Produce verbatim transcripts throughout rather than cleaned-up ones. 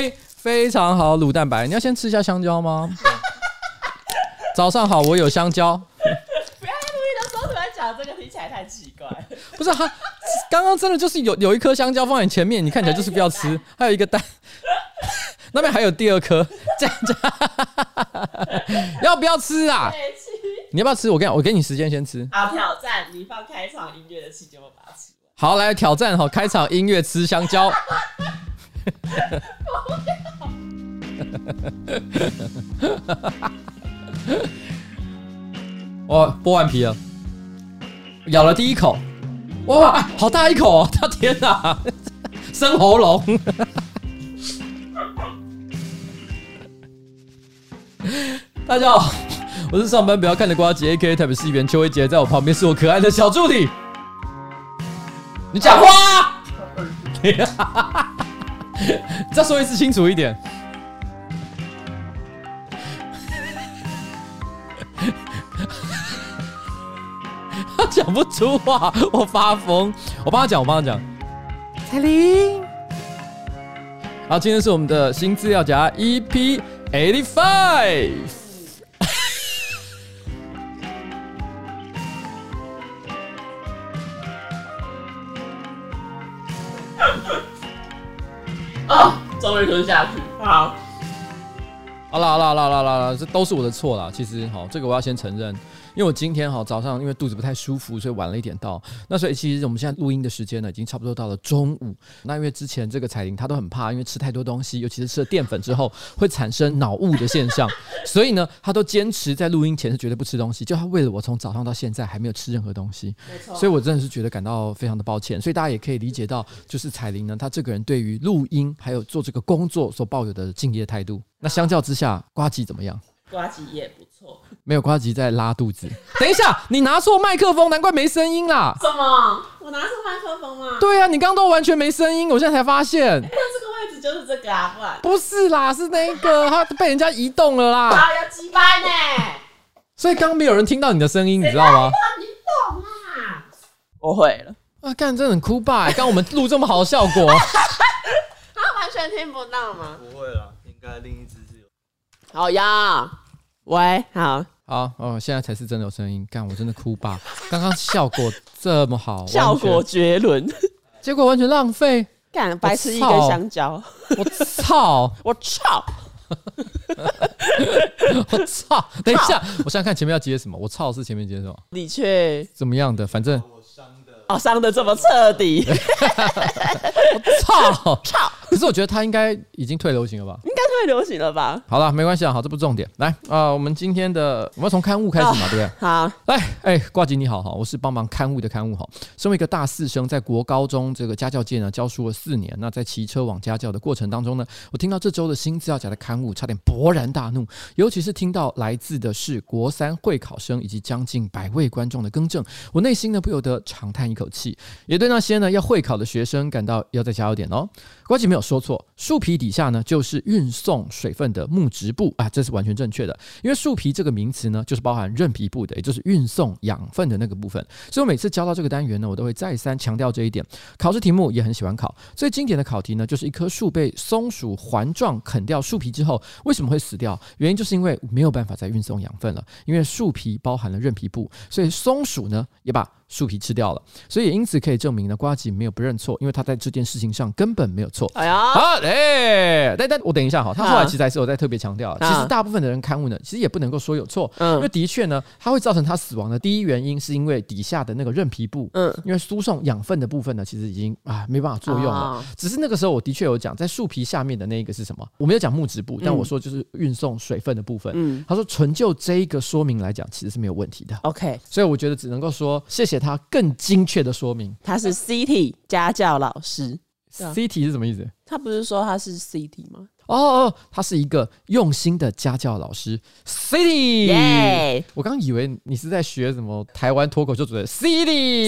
非非常好卤蛋白，你要先吃一下香蕉吗？早上好，我有香蕉。 不要在录音的时候突然讲这个，听起来太奇怪。 不是他刚刚真的就是有有一颗香蕉放在你前面，你看起来就是不要吃，还有一个蛋，那边还有第二颗，这样这样，要不要吃啊？你要不要吃？我跟你我给你时间先吃。 好，挑战你放开场音乐的期间，我把它吃完。 好，来挑战哈，开场音乐吃香蕉。我剥完皮了，咬了第一口，哇，好大一口哦！他天哪，生喉咙。大家好，我是上班不要看的呱吉 A K A 台北市议员邱威杰，在我旁边是我可爱的小助理。你讲话，你再说一次清楚一点。他讲不出话，我发疯。我帮他讲，我帮他讲。彩玲，好，今天是我们的新资料夹 E P 八十五。 啊，终于吞下去。好， 好啦好啦好啦好啦好啦，这都是我的错啦。其实好，这个我要先承认。因为我今天好早上因为肚子不太舒服，所以晚了一点到。那所以其实我们现在录音的时间呢，已经差不多到了中午。那因为之前这个彩玲她都很怕，因为吃太多东西，尤其是吃了淀粉之后会产生脑雾的现象，所以呢，她都坚持在录音前是绝对不吃东西。就她为了我从早上到现在还没有吃任何东西，所以我真的是觉得感到非常的抱歉。所以大家也可以理解到，就是彩玲呢，她这个人对于录音还有做这个工作所抱有的敬业态度。那相较之下，呱吉怎么样？ 呱吉也不错， 没有呱吉在拉肚子。等一下，你拿错麦克风，难怪没声音啦。 什么？我拿错麦克风吗？ 对啊，你刚刚都完全没声音，我现在才发现。 那这个位置就是这个啊，不然不是啦，是那个他被人家移动了啦。 啊，要击败呢。所以刚刚没有人听到你的声音，你知道吗？ 你懂啊？我会了。 啊，干，真的很哭吧？刚刚我们录这么好的效果， 他完全听不到吗？ 不会啦，应该另一只是有。 好呀。喂，好， 好哦，现在才是真的有声音。干，我真的哭吧？刚刚效果这么好， 效果绝伦， 结果完全浪费。 干，白吃一根香蕉。 我操！ 我操！ 我操！等一下，我想想看前面要接什么。我操是前面接什么？ 你却怎么样的？反正我伤的哦，伤的这么彻底。 我操！操！可是我觉得他应该已经退流行了吧？ 应该退流行了吧？ 好了，没关系啊，好，这不是重点。来啊、呃，我们今天的我们要从刊物开始嘛，哦、对不对？ 好， 来，哎、欸，呱吉你好哈，我是帮忙刊物的刊物哈。身为一个大四生，在国高中这个家教界呢教书了四年，那在骑车往家教的过程当中呢，我听到这周的新资料夹的刊物，差点勃然大怒，尤其是听到来自的是国三会考生以及将近百位观众的更正，我内心呢不由得长叹一口气，也对那些呢要会考的学生感到要再加油点哦。呱吉没有说错，树皮底下呢就是运送水分的木质部啊，这是完全正确的。因为树皮这个名词呢，就是包含韧皮部的，也就是运送养分的那个部分。所以我每次教到这个单元呢，我都会再三强调这一点。考试题目也很喜欢考，最经典的考题呢，就是一棵树被松鼠环状啃掉树皮之后，为什么会死掉？原因就是因为没有办法再运送养分了，因为树皮包含了韧皮部，所以松鼠呢也把树皮吃掉了，所以也因此可以证明呢，呱吉没有不认错，因为他在这件事情上根本没有错。 哎呀， 好，哎，但但我等一下哈，他后来其实还是有在特别强调，其实大部分的人刊物呢，其实也不能够说有错，嗯，因为的确呢，它会造成他死亡的第一原因是因为底下的那个韧皮部，嗯，因为输送养分的部分呢，其实已经啊没办法作用了。哦、只是那个时候我的确有讲，在树皮下面的那一个是什么？我没有讲木质部，但我说就是运送水分的部分。嗯，他说纯就这一个说明来讲，其实是没有问题的。 OK， 所以我觉得只能够说谢谢他更精确的说明。 他是 C T 家教老师 ，C T 是什么意思？ 他不是说他是 C T 吗？ 哦哦，他是一个用心的家教老师 ，City。 Yeah! 我刚以为你是在学什么台湾脱口秀主持人 City，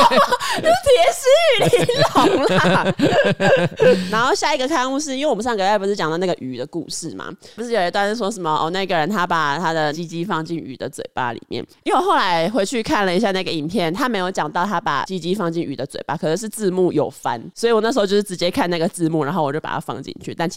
这是铁丝雨林啦。然后下一个刊物是因为我们上个月不是讲到那个鱼的故事嘛，不是有一段是说什么哦，那个人他把他的鸡鸡放进鱼的嘴巴里面。因为我后来回去看了一下那个影片，他没有讲到他把鸡鸡放进鱼的嘴巴，可是是字幕有翻，所以我那时候就是直接看那个字幕，然后我就把它放进去。但其实原本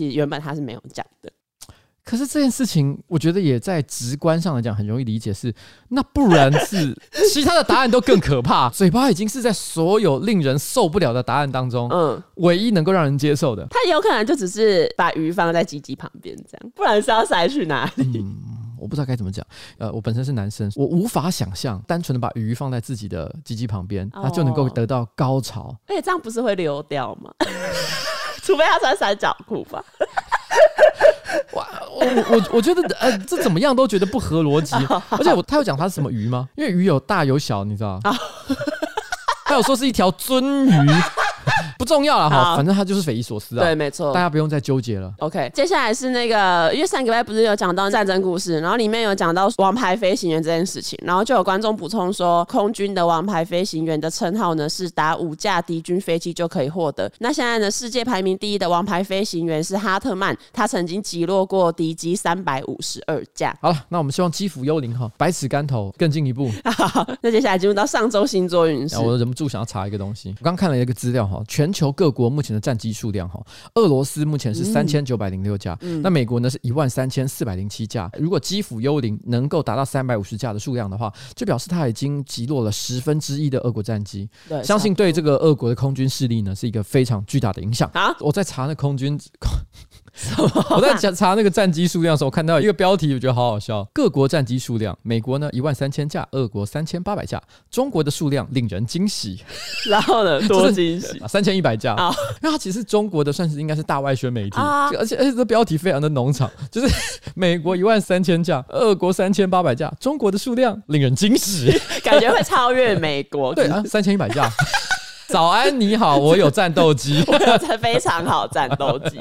他是没有讲的。 可是这件事情，我觉得也在直观上来讲很容易理解是，那不然是其他的答案都更可怕。嘴巴已经是在所有令人受不了的答案当中，嗯，唯一能够让人接受的。 他有可能就只是把鱼放在鸡鸡旁边这样，不然是要塞去哪里？嗯， 我不知道该怎么讲。呃，我本身是男生，我无法想象单纯的把鱼放在自己的鸡鸡旁边，他就能够得到高潮。 而且这样不是会流掉吗？除非他穿三角裤吧。 哇，我我我觉得呃，这怎么样都觉得不合逻辑。而且我他有讲它是什么鱼吗？因为鱼有大有小，你知道？他有说是一条鳟鱼。不重要了哈，反正他就是匪夷所思啊。 对，没错， 大家不用再纠结了。 OK， 接下来是那个，因为上个礼拜不是有讲到战争故事，然后里面有讲到王牌飞行员这件事情，然后就有观众补充说，空军的王牌飞行员的称号呢是打五架敌军飞机就可以获得。那现在呢，世界排名第一的王牌飞行员是哈特曼，他曾经击落过敌机三百五十二架。 好了，那我们希望基辅幽灵哈，百尺竿头更进一步。 好，那接下来进入到上周星座运势。 我忍不住想要查一个东西，我刚看了一个资料哈，全球各国目前的战机数量哈，俄罗斯目前是三千九百零六架，嗯、那美国呢是一万三千四百零七架。如果基辅幽灵能够达到三百五十架的数量的话，就表示它已经击落了十分之一的俄国战机。对，相信对这个俄国的空军势力呢是一个非常巨大的影响。啊，我在查那空军。我在查那个战机数量的时候，我看到一个标题，我觉得好好笑。各国战机数量，美国呢一万三千架，俄国三千八百架，中国的数量令人惊喜。 然后呢，多惊喜， 三千一百架。因为它其实中国的算是应该是大外宣媒体，啊、而且而且这标题非常的农场，就是美国一万三千架，俄国三千八百架，中国的数量令人惊喜， 感觉会超越美国。 对啊，三千一百架。早安，你好，我有战斗机， 我有非常好战斗机。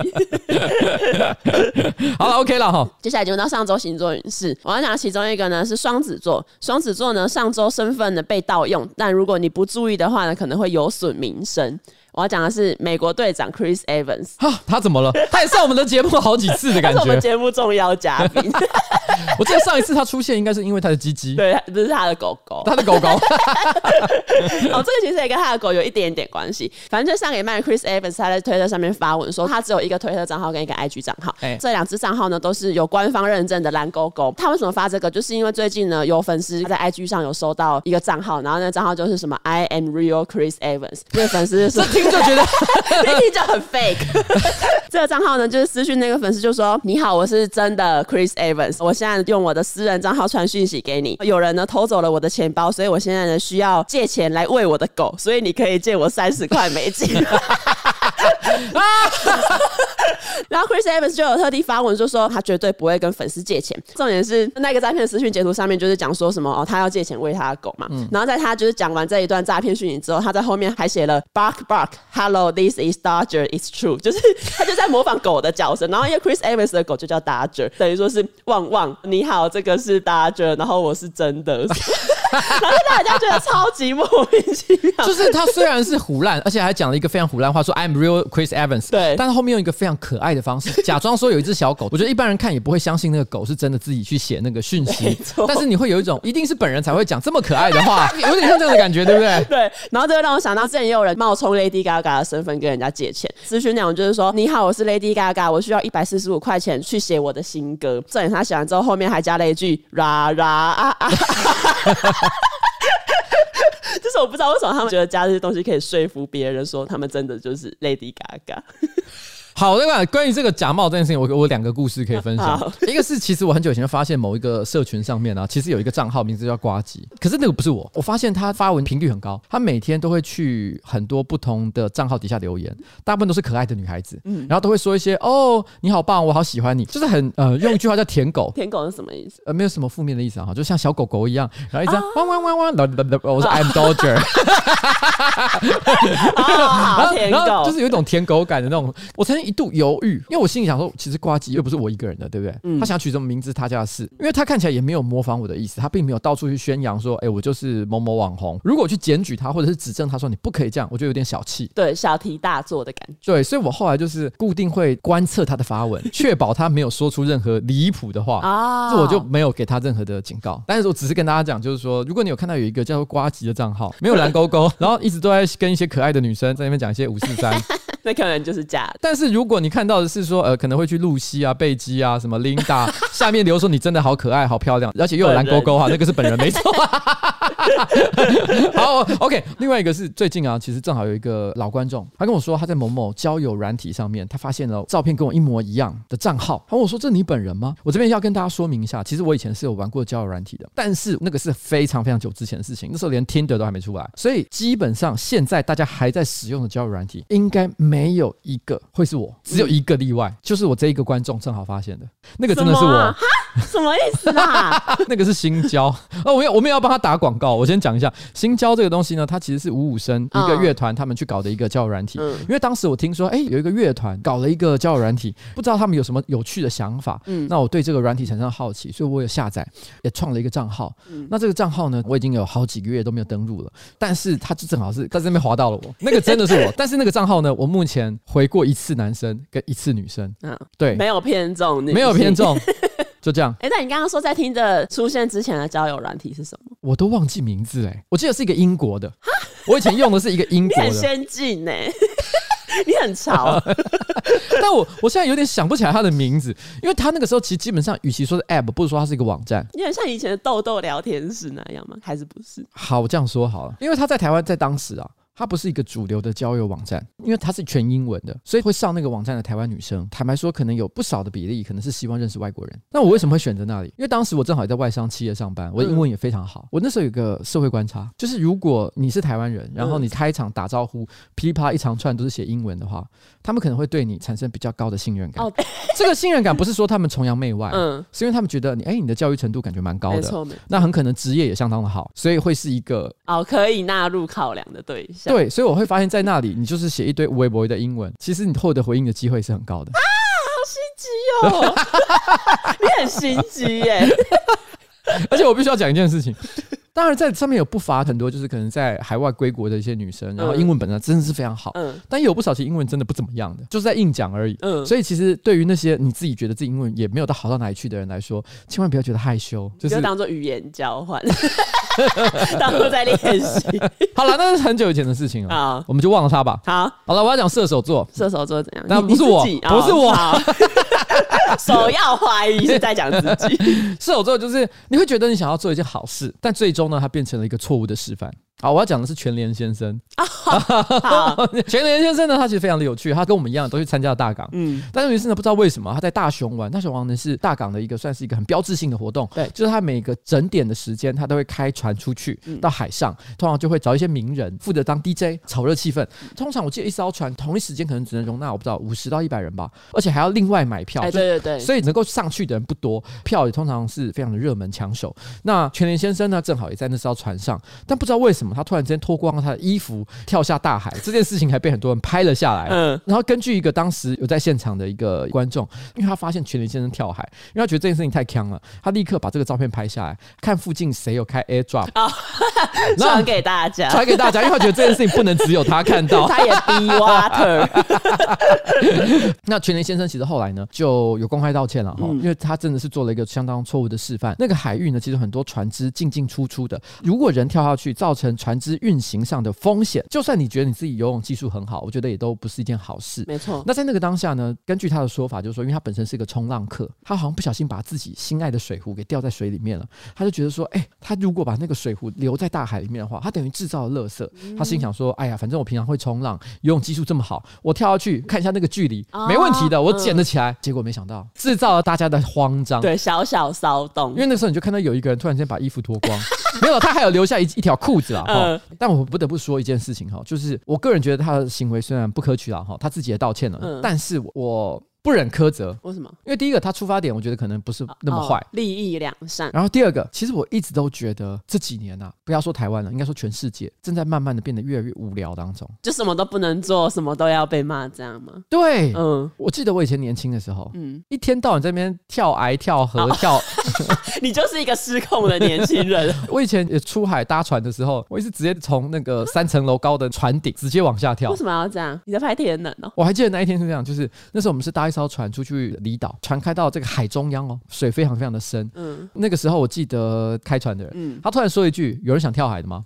好了 ，OK 了哈。 接下来就到上周星座运势，我要讲其中一个呢是双子座。双子座呢上周身份呢被盗用，但如果你不注意的话呢，可能会有损名声。我要讲的是美国队长 Chris Evans。 哈，他怎么了？他也上我们的节目好几次的感觉。 他是我们节目重要嘉宾。 我记得上一次他出现应该是因为他的鸡鸡， 对，这是他的狗狗， 他的狗狗。 哦，这个其实也跟他的狗有一点点关系。反正就上个礼拜 Chris Evans 他在推特上面发文说，他只有一个推特账号跟一个 I G 账号，欸、这两支账号呢都是有官方认证的蓝勾勾。他为什么发这个？就是因为最近呢有粉丝在 I G 上有收到一个账号，然后那个账号就是什么 I am real Chris Evans， 那个粉丝这听就觉得一听就很 fake。这个账号呢就是私讯那个粉丝就说：“你好，我是真的 Chris Evans， 我现在用我的私人账号传讯息给你，有人呢偷走了我的钱包，所以我现在呢需要借钱来喂我的狗，所以你可以借我三十块美金。”然后 Chris Evans 就有特地发文就说他绝对不会跟粉丝借钱。重点是那个诈骗私讯截图上面就是讲说什么哦，他要借钱喂他的狗嘛、嗯、然后在他就是讲完这一段诈骗讯息之后，他在后面还写了 bark bark hello this is Dodger it's true， 就是他就在模仿狗的叫声。然后因为 Chris Evans 的狗就叫 Dodger， 等于说是旺旺你好这个是 Dodger， 然后我是真的。然后大家觉得超级莫名其妙， 就是他虽然是唬烂，而且还讲了一个非常唬烂话，说 I'm real Chris Evans， 对，但是后面用一个非常可爱的方式，假装说有一只小狗。我觉得一般人看也不会相信那个狗是真的自己去写那个讯息，但是你会有一种一定是本人才会讲这么可爱的话，有点像这样的感觉，对不对？ 对。然后这会让我想到之前也有人冒充 Lady Gaga 的身份跟人家借钱，咨询内容就是说：你好，我是 Lady Gaga， 我需要一百四十五块钱去写我的新歌。重点他写完之后，后面还加了一句啦啦啊啊。就是我不知道为什么他们觉得加这些东西可以说服别人说他们真的就是 Lady Gaga。 好，那个关于这个假冒这件事情，我我两个故事可以分享。一个是，其实我很久以前就发现某一个社群上面啊，其实有一个账号名字叫呱吉，可是那个不是我。我发现他发文频率很高，他每天都会去很多不同的账号底下留言，大部分都是可爱的女孩子，嗯、然后都会说一些哦你好棒，我好喜欢你，就是很呃用一句话叫舔狗。 舔狗是什么意思？ 呃，没有什么负面的意思啊，就像小狗狗一样，然后一直汪汪汪汪，我是 I'm Dodger， 好舔狗， 就是有一种舔狗感的那种。我曾经一度犹豫，因为我心里想说，其实呱吉又不是我一个人的，对不对？嗯、他想取什么名字他家的事，因为他看起来也没有模仿我的意思，他并没有到处去宣扬说，哎、欸，我就是某某网红。如果我去检举他，或者是指正他说你不可以这样，我觉得有点小气， 对，小题大做的感觉。 对，所以我后来就是固定会观测他的发文，确保他没有说出任何离谱的话，哦，这我就没有给他任何的警告。但是我只是跟大家讲，就是说，如果你有看到有一个叫做呱吉的账号，没有蓝勾勾，然后一直都在跟一些可爱的女生在那边讲一些五四三。 那可能就是假的。 但是如果你看到的是说，呃，可能会去露西啊、贝基啊、什么琳达，下面留说你真的好可爱、好漂亮，而且又有蓝勾勾哈，那个是本人没错。好 ，OK。另外一个是最近啊，其实正好有一个老观众，他跟我说他在某某交友软体上面，他发现了照片跟我一模一样的账号。他问我说：“这你本人吗？”我这边要跟大家说明一下，其实我以前是有玩过交友软体的，但是那个是非常非常久之前的事情，那时候连 Tinder 都还没出来，所以基本上现在大家还在使用的交友软体，应该没有一个会是我，只有一个例外，就是我这一个观众正好发现的，那个真的是我。 什么意思啦？ 那个是新交哦，我们我们也要帮他打广告。我先讲一下新交这个东西呢，它其实是五五声一个乐团他们去搞的一个交友软体。嗯、因为当时我听说，哎、欸，有一个乐团搞了一个交友软体，不知道他们有什么有趣的想法。嗯，那我对这个软体产生了好奇，所以我有下载，也创了一个账号。嗯，那这个账号呢，我已经有好几个月都没有登录了，但是它就正好是在这边滑到了我，那个真的是我。但是那个账号呢，我目前回过一次男生跟一次女生。嗯，对， 没有偏重， 没有偏重。就这样。 哎、欸，那你刚刚说在听着出现之前的交友软体是什么？ 我都忘记名字哎，我记得是一个英国的。我以前用的是一个英国的。 你很先进哎，你很潮。 但我我现在有点想不起来它的名字，因为它那个时候其实基本上，与其说是 App， 不如说它是一个网站。 你很像以前的豆豆聊天室那样吗？还是不是？ 好，我这样说好了，因为它在台湾在当时啊。它不是一个主流的交友网站，因为它是全英文的，所以会上那个网站的台湾女生，坦白说可能有不少的比例可能是希望认识外国人。那我为什么会选择那里？因为当时我正好也在外商企业上班，我的英文也非常好。我那时候有个社会观察，就是如果你是台湾人，然后你开场打招呼噼里啪啦一长串都是写英文的话，他们可能会对你产生比较高的信任感。哦、这个信任感不是说他们崇洋媚外，嗯，是因为他们觉得你哎、欸、你的教育程度感觉蛮高的，没错，那很可能职业也相当的好，所以会是一个哦可以纳入考量的对象。 对，所以我会发现在那里你就是写一堆微博的英文，其实你获得回应的机会是很高的。 啊，好心机哦！你很心机耶。 而且我必须要讲一件事情，当然在上面有不乏很多就是可能在海外归国的一些女生，然后英文本身真的是非常好，嗯，但也有不少其实英文真的不怎么样的，就是在硬讲而已。嗯，所以其实对于那些你自己觉得自己英文也没有到好到哪里去的人来说，千万不要觉得害羞，就是就当做语言交换，当做在练习。 好了，那是很久以前的事情了，好，我们就忘了它吧。 好， 好了，我要讲射手座。 射手座怎样？ 那不是我，不是我。 首要怀疑是在讲自己。 射手座就是你会觉得你想要做一件好事，但最终呢，它变成了一个错误的示范。好，我要讲的是全联先生。好，全联先生呢，他其实非常的有趣，他跟我们一样都去参加了大港。嗯，但是于是呢，不知道为什么他在大雄湾，大雄湾呢是大港的一个算是一个很标志性的活动。对，就是他每个整点的时间，他都会开船出去到海上，通常就会找一些名人负责当 D J， 炒热气氛。通常我记得一艘船同一时间可能只能容纳我不知道五十到一百人吧，而且还要另外买票。 哎，对对对， 所以能够上去的人不多，票也通常是非常的热门抢手。那全联先生呢，正好也在那艘船上，但不知道为什么他突然之间脱光了他的衣服跳下大海，这件事情还被很多人拍了下来。嗯，然后根据一个当时有在现场的一个观众，因为他发现全联先生跳海，因为他觉得这件事情太强了，他立刻把这个照片拍下来，看附近谁有开 AirDrop，哦， 传给大家， 传给大家，因为他觉得这件事情不能只有他看到， 他也 be water。 那全联先生其实后来呢就有公开道歉了，嗯，因为他真的是做了一个相当错误的示范。那个海域呢，其实很多船只进进出出的，如果人跳下去，造成船只运行上的风险，就算你觉得你自己游泳技术很好，我觉得也都不是一件好事。 没错。 那在那个当下呢，根据他的说法，就是说，因为他本身是一个冲浪客，他好像不小心把自己心爱的水壶给掉在水里面了，他就觉得说，哎，欸，他如果把那个水壶留在大海里面的话，他等于制造了垃圾。嗯，他心想说，哎呀，反正我平常会冲浪，游泳技术这么好，我跳下去看一下那个距离，哦，没问题的，我捡得起来。嗯，结果没想到制造了大家的慌张， 对，小小骚动。 因为那时候你就看到有一个人突然间把衣服脱光，没有，他还有留下一一条裤子啊。嗯，但我不得不说一件事情哈，就是我个人觉得他的行为虽然不可取了哈，他自己也道歉了，嗯，但是我不忍苛责。 为什么？ 因为第一个，他出发点我觉得可能不是那么坏，哦， 利益良善。 然后第二个，其实我一直都觉得这几年啊，不要说台湾了，应该说全世界正在慢慢的变得越来越无聊当中， 就什么都不能做，什么都要被骂，这样吗？ 对，嗯，我记得我以前年轻的时候，嗯，一天到晚在那边跳崖、跳河、哦、跳， 你就是一个失控的年轻人。 我以前也出海搭船的时候，我也是直接从那个三层楼高的船顶直接往下跳。 为什么要这样？你在拍铁人哦？ 我还记得那一天是这样，就是那时候我们是搭一艘船出去离岛，船开到这个海中央哦，水非常非常的深。嗯，那个时候我记得开船的人，嗯，他突然说一句：“有人想跳海的吗？”嗯，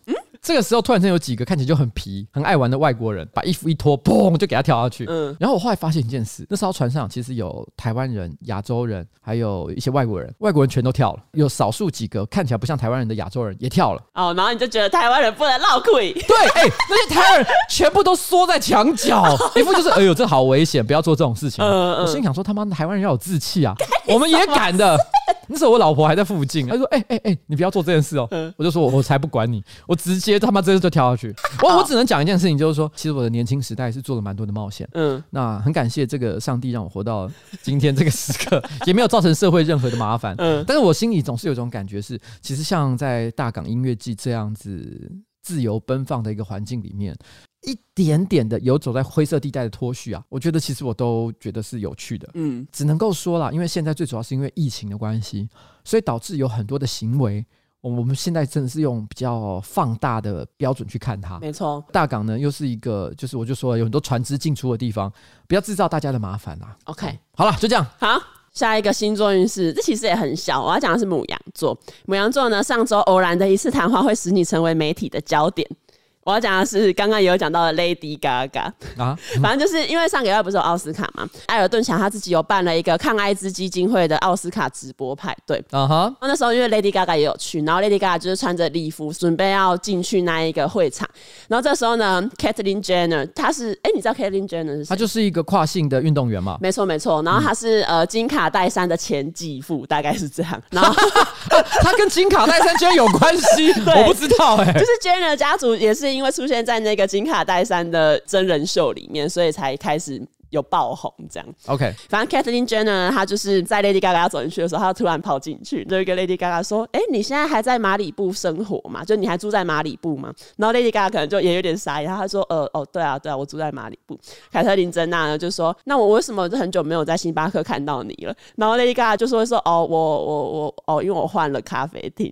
这个时候突然间有几个看起来就很皮、很爱玩的外国人，把衣服一脱，砰就给他跳下去。嗯，然后我后来发现一件事，那艘船上其实有台湾人、亚洲人，还有一些外国人，外国人全都跳了，有少数几个看起来不像台湾人的亚洲人也跳了。 哦，然后你就觉得台湾人不能闹鬼。 对，哎、欸，那些台湾人全部都缩在墙角，一副就是哎呦这好危险，不要做这种事情。嗯嗯，我心想说他妈的台湾人要有志气啊，我们也敢的。那时候我老婆还在附近，她说：“哎哎哎，你不要做这件事哦。嗯”我就说：“我才不管你，我直接他妈这就跳下去。我”我我只能讲一件事情，就是说，其实我的年轻时代是做了蛮多的冒险。嗯，那很感谢这个上帝让我活到今天这个时刻，也没有造成社会任何的麻烦。嗯，但是我心里总是有一种感觉是，其实像在大港音乐季这样子自由奔放的一个环境里面。一点点的游走在灰色地带的脱序啊，我觉得其实我都觉得是有趣的。嗯，只能够说啦，因为现在最主要是因为疫情的关系，所以导致有很多的行为，我们现在真的是用比较放大的标准去看它。 没错， 大港呢又是一个，就是我就说了有很多船只进出的地方，不要制造大家的麻烦啦。 OK， 好了，就这样。 好。下一个星座运势，这其实也很小。我要讲的是牡羊座。牡羊座呢，上周偶然的一次谈话会使你成为媒体的焦点。我要讲的是刚刚也有讲到的 Lady Gaga 啊，嗯、反正就是因为上个月不是有奥斯卡嘛，艾尔顿强他自己有办了一个抗艾滋基金会的奥斯卡直播派对啊哈。那时候因为 Lady Gaga 也有去，然后 Lady Gaga 就是穿着礼服准备要进去那一个会场，然后这时候呢 ，Caitlyn Jenner 她是哎、欸，你知道 Caitlyn Jenner 是谁？ 她就是一个跨性的运动员嘛。 没错没错，然后她是、嗯、呃金卡戴珊的前继父，大概是这样。然后她跟金卡戴珊居然有关系，我不知道哎、欸。 就是 Jenner 家族也是因为出现在那个金卡戴珊的真人秀里面，所以才开始有爆红这样。 OK， 反正 Caitlyn Jenner 呢，她就是在 Lady Gaga 要走进去的时候，她突然跑进去，就跟 Lady Gaga 说：“哎、欸，你现在还在马里布生活吗？就你还住在马里布吗？”然后 Lady Gaga 可能就也有点傻眼，她说：“呃，哦，对啊，对啊，我住在马里布。”凯特琳珍娜呢就说：“那我为什么很久没有在星巴克看到你了？”然后 Lady Gaga 就说：“说哦，我我我哦，因为我换了咖啡厅。”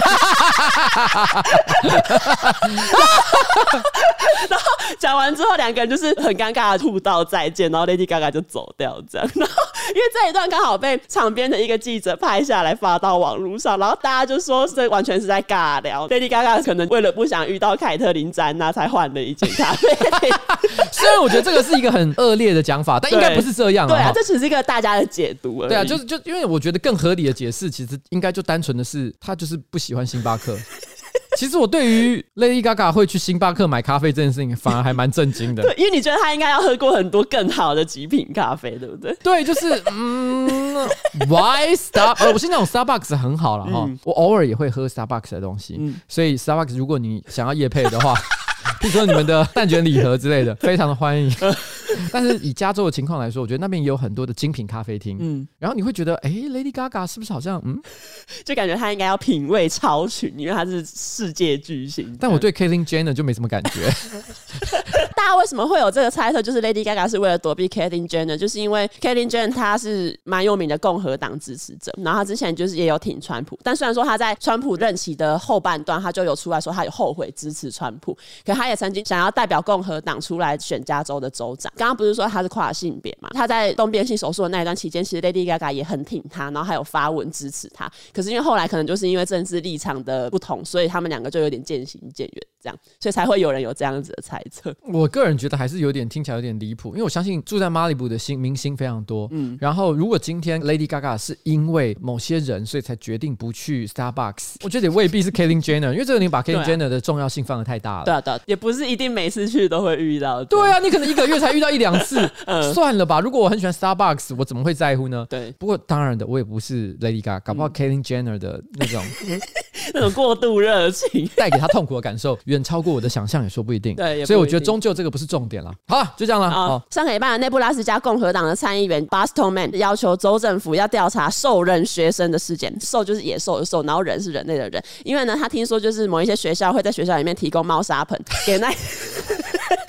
然后讲完之后，两个人就是很尴尬的互道再见，然后 Lady Gaga 就走掉这样。然后因为这一段刚好被场边的一个记者拍下来发到网络上，然后大家就说这完全是在尬聊。Lady Gaga 可能为了不想遇到凯特琳詹娜才换了一间咖啡厅。 虽然我觉得这个是一个很恶劣的讲法，但应该不是这样。 对啊，这只是一个大家的解读而已。 对啊，就是就因为我觉得更合理的解释，其实应该就单纯的是他就是不喜欢星巴克。其实我对于 Lady Gaga 会去星巴克买咖啡这件事情，反而还蛮震惊的。 对，因为你觉得他应该要喝过很多更好的极品咖啡，对不对？ 对，就是嗯 ，Why Star？ 呃，我现在有 Starbucks 很好了哈、嗯，我偶尔也会喝 Starbucks 的东西，嗯、所以 Starbucks 如果你想要业配的话。譬如说你们的蛋卷礼盒之类的，非常的欢迎。但是以加州的情况来说，我觉得那边也有很多的精品咖啡厅。嗯，然后你会觉得，哎、欸、，Lady Gaga 是不是好像嗯， 就感觉她应该要品味超群，因为她是世界巨星。 但我对 Caitlyn Jenner 就没什么感觉。 大家为什么会有这个猜测？就是 Lady Gaga 是为了躲避 Caitlyn Jenner， 就是因为 Caitlyn Jenner 她是蛮有名的共和党支持者，然后她之前就是也有挺川普，但虽然说她在川普任期的后半段，她就有出来说她有后悔支持川普，可她也曾经想要代表共和党出来选加州的州长。刚刚不是说她是跨性别嘛？她在动变性手术的那一段期间，其实 Lady Gaga 也很挺她，然后还有发文支持她。可是因为后来可能就是因为政治立场的不同，所以他们两个就有点渐行渐远，这样，所以才会有人有这样子的猜测。 我个人觉得还是有点听起来有点离谱，因为我相信住在马里布的星明星非常多。嗯，然后如果今天 Lady Gaga 是因为某些人所以才决定不去 Starbucks， 我觉得也未必是 Caitlyn Jenner， 因为这个你把 Caitlyn Jenner 的重要性放得太大了。 对啊，对啊，也不是一定每次去都会遇到的。 对啊，你可能一个月才遇到一两次，嗯、算了吧。如果我很喜欢 Starbucks， 我怎么会在乎呢？ 对， 不过当然的，我也不是 Lady Gaga， 搞不好 Caitlyn Jenner 的那种那种过度热情带给他痛苦的感受远超过我的想象，也说不一定。 对， 所以我觉得终究这个不是重点了。好了，就这样了。 哦，上个礼拜的内布拉斯加共和党的参议员 Bostleman 要求州政府要调查兽人学生的事件，兽就是野兽的兽，然后人是人类的人。因为呢，他听说就是某一些学校会在学校里面提供猫砂盆给那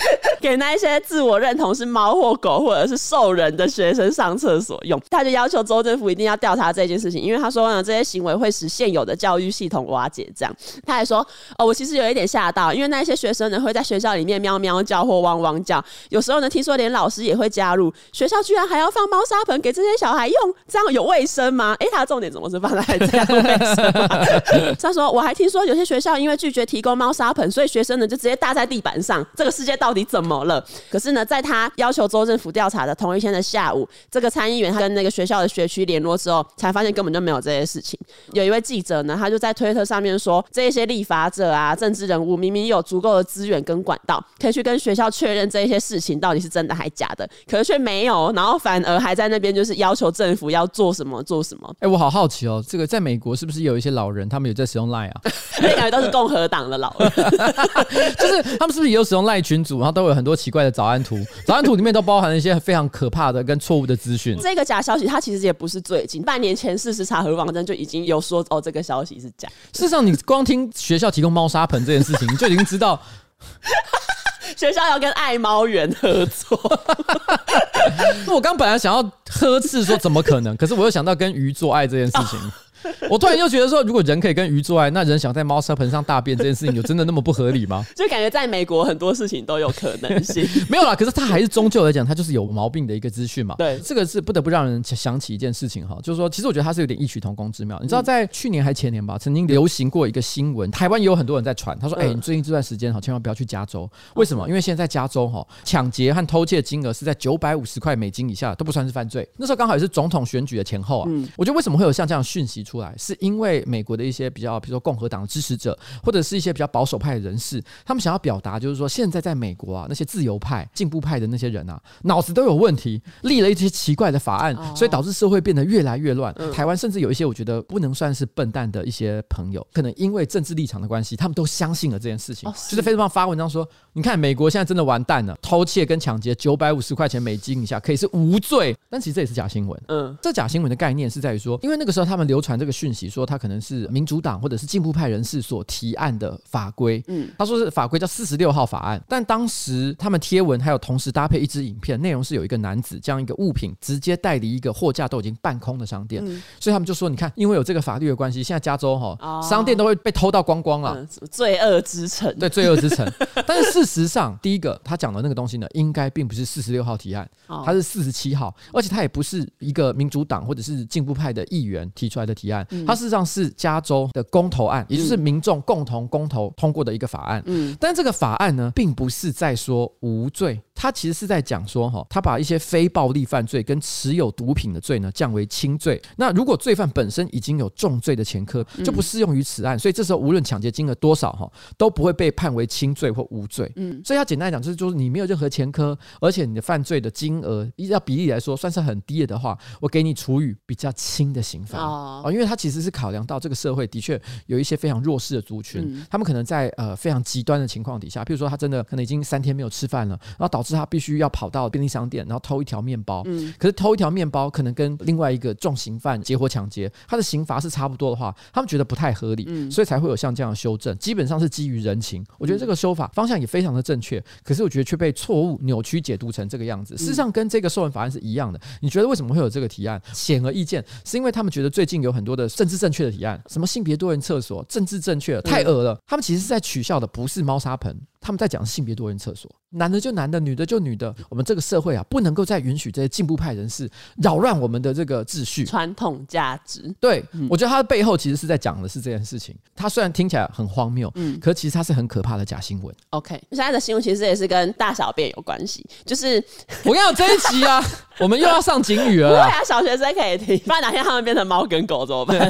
给那一些自我认同是猫或狗或者是兽人的学生上厕所用。他就要求州政府一定要调查这件事情，因为他说呢，这些行为会使现有的教育系统瓦解。这样，他还说，哦，我其实有一点吓到，因为那些学生呢会在学校里面喵喵叫或汪汪叫，有时候呢听说连老师也会加入，学校居然还要放猫砂盆给这些小孩用，这样有卫生吗？哎，他的重点怎么是放在这样卫生吗？他说，我还听说有些学校因为拒绝提供猫砂盆，所以学生呢就直接搭在地板上，这个世界到底怎么了？可是呢，在他要求州政府调查的同一天的下午，这个参议员他跟那个学校的学区联络之后，才发现根本就没有这些事情。有一位记者呢，他就在推特上面说，这些立法者啊、政治人物明明有足够的资源跟管道，可以去跟学校确认这些事情到底是真的还假的，可是却没有，然后反而还在那边就是要求政府要做什么做什么。 哎、欸，我好好奇哦，这个在美国是不是有一些老人他们有在使用 LINE 啊？ 那感觉都是共和党的老人， 就是他们是不是也有使用 LINE 群组，然后都有很多奇怪的早安图，早安图里面都包含了一些非常可怕的跟错误的资讯。 这个假消息它其实也不是最近，半年前事实查核网站就已经有说哦，这个消息是假。 事实上，你光听学校提供猫砂盆这件事情，你就已经知道学校要跟爱猫园合作。 我刚本来想要呵斥说怎么可能，可是我又想到跟鱼做爱这件事情。我突然又觉得说，如果人可以跟鱼做爱，那人想在猫砂盆上大便这件事情，有真的那么不合理吗？ 就感觉在美国很多事情都有可能性。 没有啦，可是它还是终究来讲，它就是有毛病的一个资讯嘛。 对， 这个是不得不让人想起一件事情哈，就是说，其实我觉得它是有点异曲同工之妙。你知道，在去年还前年吧，曾经流行过一个新闻，台湾也有很多人在传，他说：“哎、欸，你最近这段时间哈，千万不要去加州，为什么？因为现在在加州哈，抢劫和偷窃金额是在九百五十块美金以下，都不算是犯罪。那时候刚好也是总统选举的前后啊。嗯、我觉得为什么会有像这样讯息出来，是因为美国的一些比较，比如说共和党的支持者，或者是一些比较保守派的人士，他们想要表达就是说，现在在美国啊，那些自由派、进步派的那些人啊，脑子都有问题，立了一些奇怪的法案，哦、所以导致社会变得越来越乱。嗯、台湾甚至有一些我觉得不能算是笨蛋的一些朋友，可能因为政治立场的关系，他们都相信了这件事情，哦、是就是 Facebook 发文章说，你看美国现在真的完蛋了，偷窃跟抢劫九百五十块钱美金以下可以是无罪，但其实这也是假新闻。嗯，这假新闻的概念是在于说，因为那个时候他们流传这个讯息，说他可能是民主党或者是进步派人士所提案的法规，嗯，他说是法规叫四十六号法案，但当时他们贴文还有同时搭配一支影片，内容是有一个男子将一个物品直接带离一个货架都已经半空的商店，嗯、所以他们就说，你看，因为有这个法律的关系，现在加州哈、哦、商店都会被偷到光光了，嗯、 罪恶之城， 对，罪恶之城。但是事实上，第一个他讲的那个东西呢，应该并不是四十六号提案，它是四十七号，而且它也不是一个民主党或者是进步派的议员提出来的提案，它事实上是加州的公投案，也就是民众共同公投通过的一个法案。嗯，但这个法案呢，并不是在说无罪，它其实是在讲说，哈，他把一些非暴力犯罪跟持有毒品的罪呢降为轻罪。那如果罪犯本身已经有重罪的前科，就不适用于此案，所以这时候无论抢劫金额多少，哈，都不会被判为轻罪或无罪。嗯，所以它简单来讲就是，就是你没有任何前科，而且你的犯罪的金额依照比例来说算是很低的话，我给你处以比较轻的刑罚。哦，因为它其实是考量到这个社会的确有一些非常弱势的族群，嗯、他们可能在呃非常极端的情况底下，譬如说他真的可能已经三天没有吃饭了，然后导致他必须要跑到便利商店，然后偷一条面包。嗯，可是偷一条面包可能跟另外一个重刑犯劫火抢劫，他的刑罚是差不多的话，他们觉得不太合理，嗯、所以才会有像这样的修正。基本上是基于人情，我觉得这个修法方向也非常的正确，可是我觉得却被错误扭曲解读成这个样子。事实上跟这个受人法案是一样的。你觉得为什么会有这个提案？显而易见，是因为他们觉得最近有很多的政治正确的提案，什么性别多元厕所，政治正确太恶了。他们其实是在取笑的不是猫砂盆，他们在讲性别多元厕所，男的就男的，女的就女的。我们这个社会啊，不能够再允许这些进步派人士扰乱我们的这个秩序、 传统价值。 对，嗯、我觉得他的背后其实是在讲的是这件事情。他虽然听起来很荒谬，嗯，可是其实他是很可怕的假新闻。 OK， 现在的新闻其实也是跟大小便有关系，就是我跟你讲这一集啊，我们又要上警语了啦。 对啊，小学生可以听，不然哪天他们变成猫跟狗怎么办？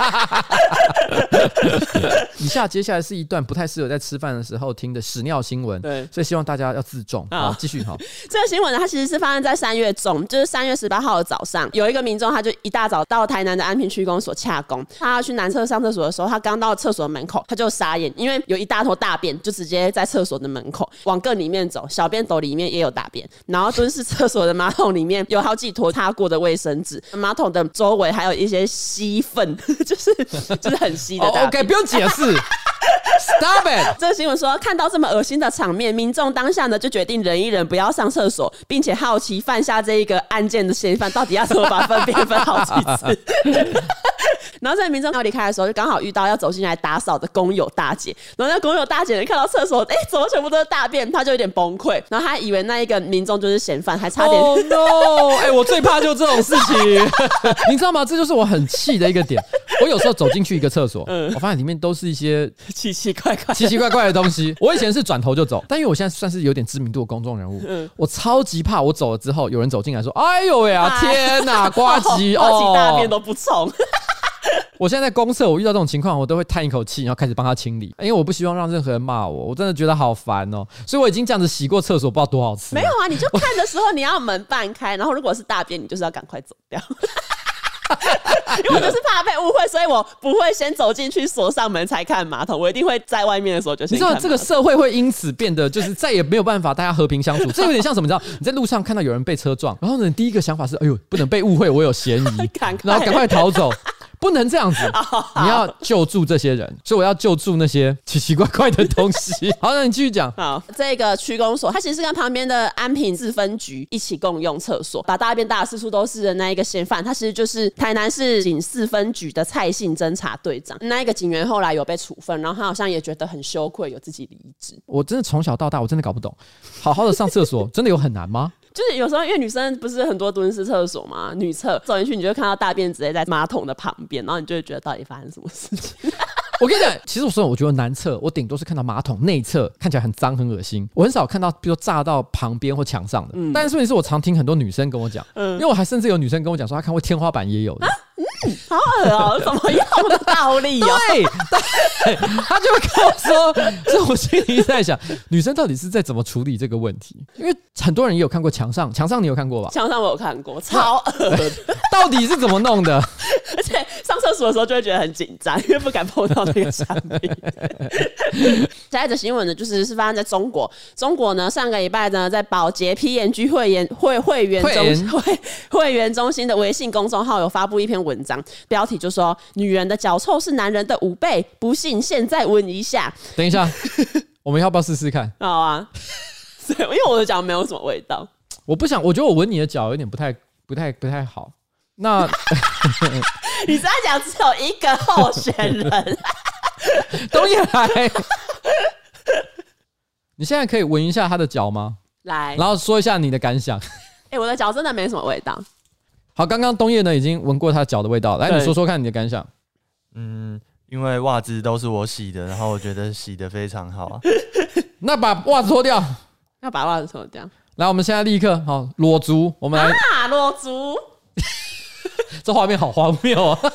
以下接下来是一段不太适合在吃饭的时候听的屎尿新闻，对，所以希望大家要自重。好，继续。好， 这个新闻呢，它其实是发生在三月中，就是三月十八号的早上，有一个民众他就一大早到台南的安平区公所洽公，他要去男厕上厕所的时候，他刚到厕所门口，他就傻眼，因为有一大坨大便就直接在厕所的门口，往更里面走，小便斗里面也有大便，然后蹲式厕所的马桶里面有好几坨擦过的卫生纸，马桶的周围还有一些稀粪，就是就是很稀的大便。 oh, OK， 不用解释。 Stop it！ 这个新闻说，看到这么恶心的场面，民众当下呢就决定忍一忍，不要上厕所，并且好奇犯下这一个案件的嫌犯到底要怎么把粪便分好几次。然后在民众要离开的时候，就刚好遇到要走进来打扫的工友大姐。然后那工友大姐看到厕所，哎、欸，怎么全部都是大便？她就有点崩溃。然后她以为那一个民众就是嫌犯，还差点。 Oh no！ 哎、欸，我最怕就这种事情，你知道吗？这就是我很气的一个点。我有时候走进去一个厕所，嗯、我发现里面都是一些奇奇怪怪、 奇奇怪怪的东西。我以前是转头就走，但因为我现在算是有点知名度的公众人物，嗯、我超级怕我走了之后有人走进来说：“哎呦喂啊，天哪，呱吉哦，呱吉大便都不冲。” 我现在在公厕，我遇到这种情况，我都会叹一口气，然后开始帮他清理，因为我不希望让任何人骂我，我真的觉得好烦哦。所以我已经这样子洗过厕所，不知道多少次。 没有啊，你就看的时候你要门半开，然后如果是大便，你就是要赶快走掉。因为我就是怕被误会，所以我不会先走进去锁上门才看马桶，我一定会在外面的时候就先看马桶。 你知道这个社会会因此变得就是再也没有办法大家和平相处，这有点像什么？你知道你在路上看到有人被车撞，然后呢，你第一个想法是哎呦不能被误会，我有嫌疑，然后赶快逃走。不能这样子，你要救助这些人，所以我要救助那些奇奇怪怪的东西。好，那你继续讲。 好，这个区公所，它其实是跟旁边的安平自分局一起共用厕所，把大便大的四处都是的那一个嫌犯，他其实就是台南市警四分局的蔡姓侦查队长。那一个警员后来有被处分，然后他好像也觉得很羞愧，有自己离职。 我真的从小到大，我真的搞不懂，好好的上厕所真的有很难吗？ 就是有时候因为女生不是很多蹲式厕所嘛，女厕走进去你就会看到大便直接在马桶的旁边，然后你就会觉得到底发生什么事情。 我跟你讲，其实我说我觉得男厕我顶多是看到马桶内侧看起来很脏很恶心，我很少看到比如说炸到旁边或墙上的。嗯、但是问题是我常听很多女生跟我讲，嗯、因为我还甚至有女生跟我讲说她看过天花板也有的。啊嗯，好恶哦、喔，怎么样的道理哦、喔？ 对，对，他就会跟我说，所以我心里在想，女生到底是在怎么处理这个问题？因为很多人也有看过墙上，墙上你有看过吧？ 墙上我有看过，超恶的， 到底是怎么弄的？ 而且上厕所的时候就会觉得很紧张，因为不敢碰到那个产品。下一则新闻呢，就是是发生在中国，中国呢上个礼拜呢，在保洁 P N G 会员会会员中会会员中心的微信公众号有发布一篇文章，标题就说女人的脚臭是男人的五倍，不信现在闻一下。 等一下，我们要不要试试看？ 好啊，因为我的脚没有什么味道。 我不想，我觉得我闻你的脚有点不太、不太、不太好。那你在讲只有一个候选人， 东野来，你现在可以闻一下他的脚吗？ 来， 然后说一下你的感想。 哎、欸，我的脚真的没什么味道。 好，刚刚东叶呢已经闻过他脚的味道，来你说说看你的感想。 嗯，因为袜子都是我洗的，然后我觉得洗得非常好啊。 那把袜子脱掉， 要把袜子脱掉。 来，我们现在立刻好裸足，我们来啊，裸足。 这画面好荒谬啊！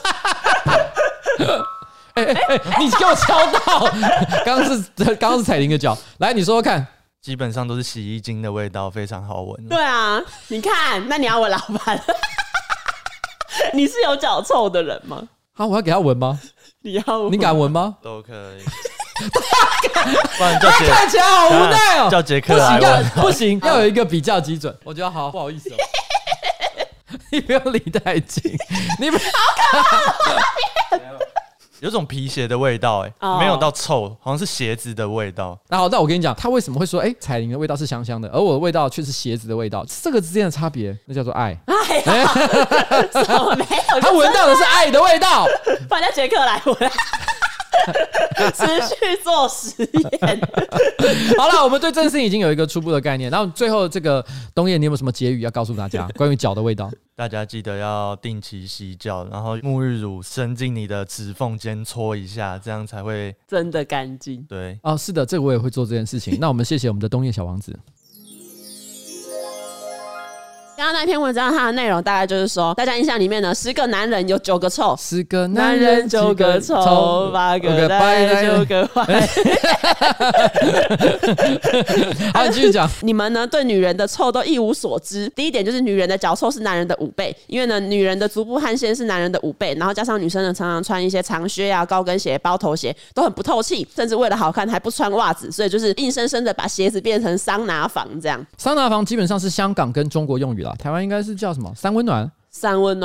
哎哎哎，你给我敲到！刚刚是刚刚是彩玲的脚，来你说说看。 基本上都是洗衣精的味道，非常好闻。 对啊，你看，那你要闻老板。你是有脚臭的人吗？ 好，我要给他闻吗？ 你要闻， 你敢闻吗？ 都可以。不然叫杰， 看起来好无奈哦。 叫杰克来闻， 不行，要有一个比较基准。我觉得好不好意思哦。你不要离太近，你不好可怕。有种皮鞋的味道、欸，哎、oh. ，没有到臭，好像是鞋子的味道。 那好，那我跟你讲，他为什么会说，哎、欸，彩铃的味道是香香的，而我的味道却是鞋子的味道？这个之间的差别，那叫做爱。 哎呀，什么没有？ 他闻到的是爱的味道。 放叫杰克来闻。持续做实验。 好了，我们对这件事情已经有一个初步的概念。然后最后这个东叶，你有没有什么结语要告诉大家关于脚的味道？ 大家记得要定期洗脚，然后沐浴乳伸进你的指缝间搓一下，这样才会真的干净。 对， 哦，是的，这个我也会做这件事情。那我们谢谢我们的东叶小王子。 刚刚那篇文章它的内容大概就是说，大家印象里面呢，十个男人有九个臭， 十个男人九个臭， 八个男人九个坏。 好，你继续讲。 你们呢对女人的臭都一无所知。第一点就是女人的脚臭是男人的五倍，因为呢女人的足部汗腺是男人的五倍，然后加上女生呢常常穿一些长靴啊、高跟鞋、包头鞋，都很不透气，甚至为了好看还不穿袜子，所以就是硬生生的把鞋子变成桑拿房这样。 桑拿房基本上是香港跟中国用语啦。台湾应该是叫什么？三温暖。 三温暖，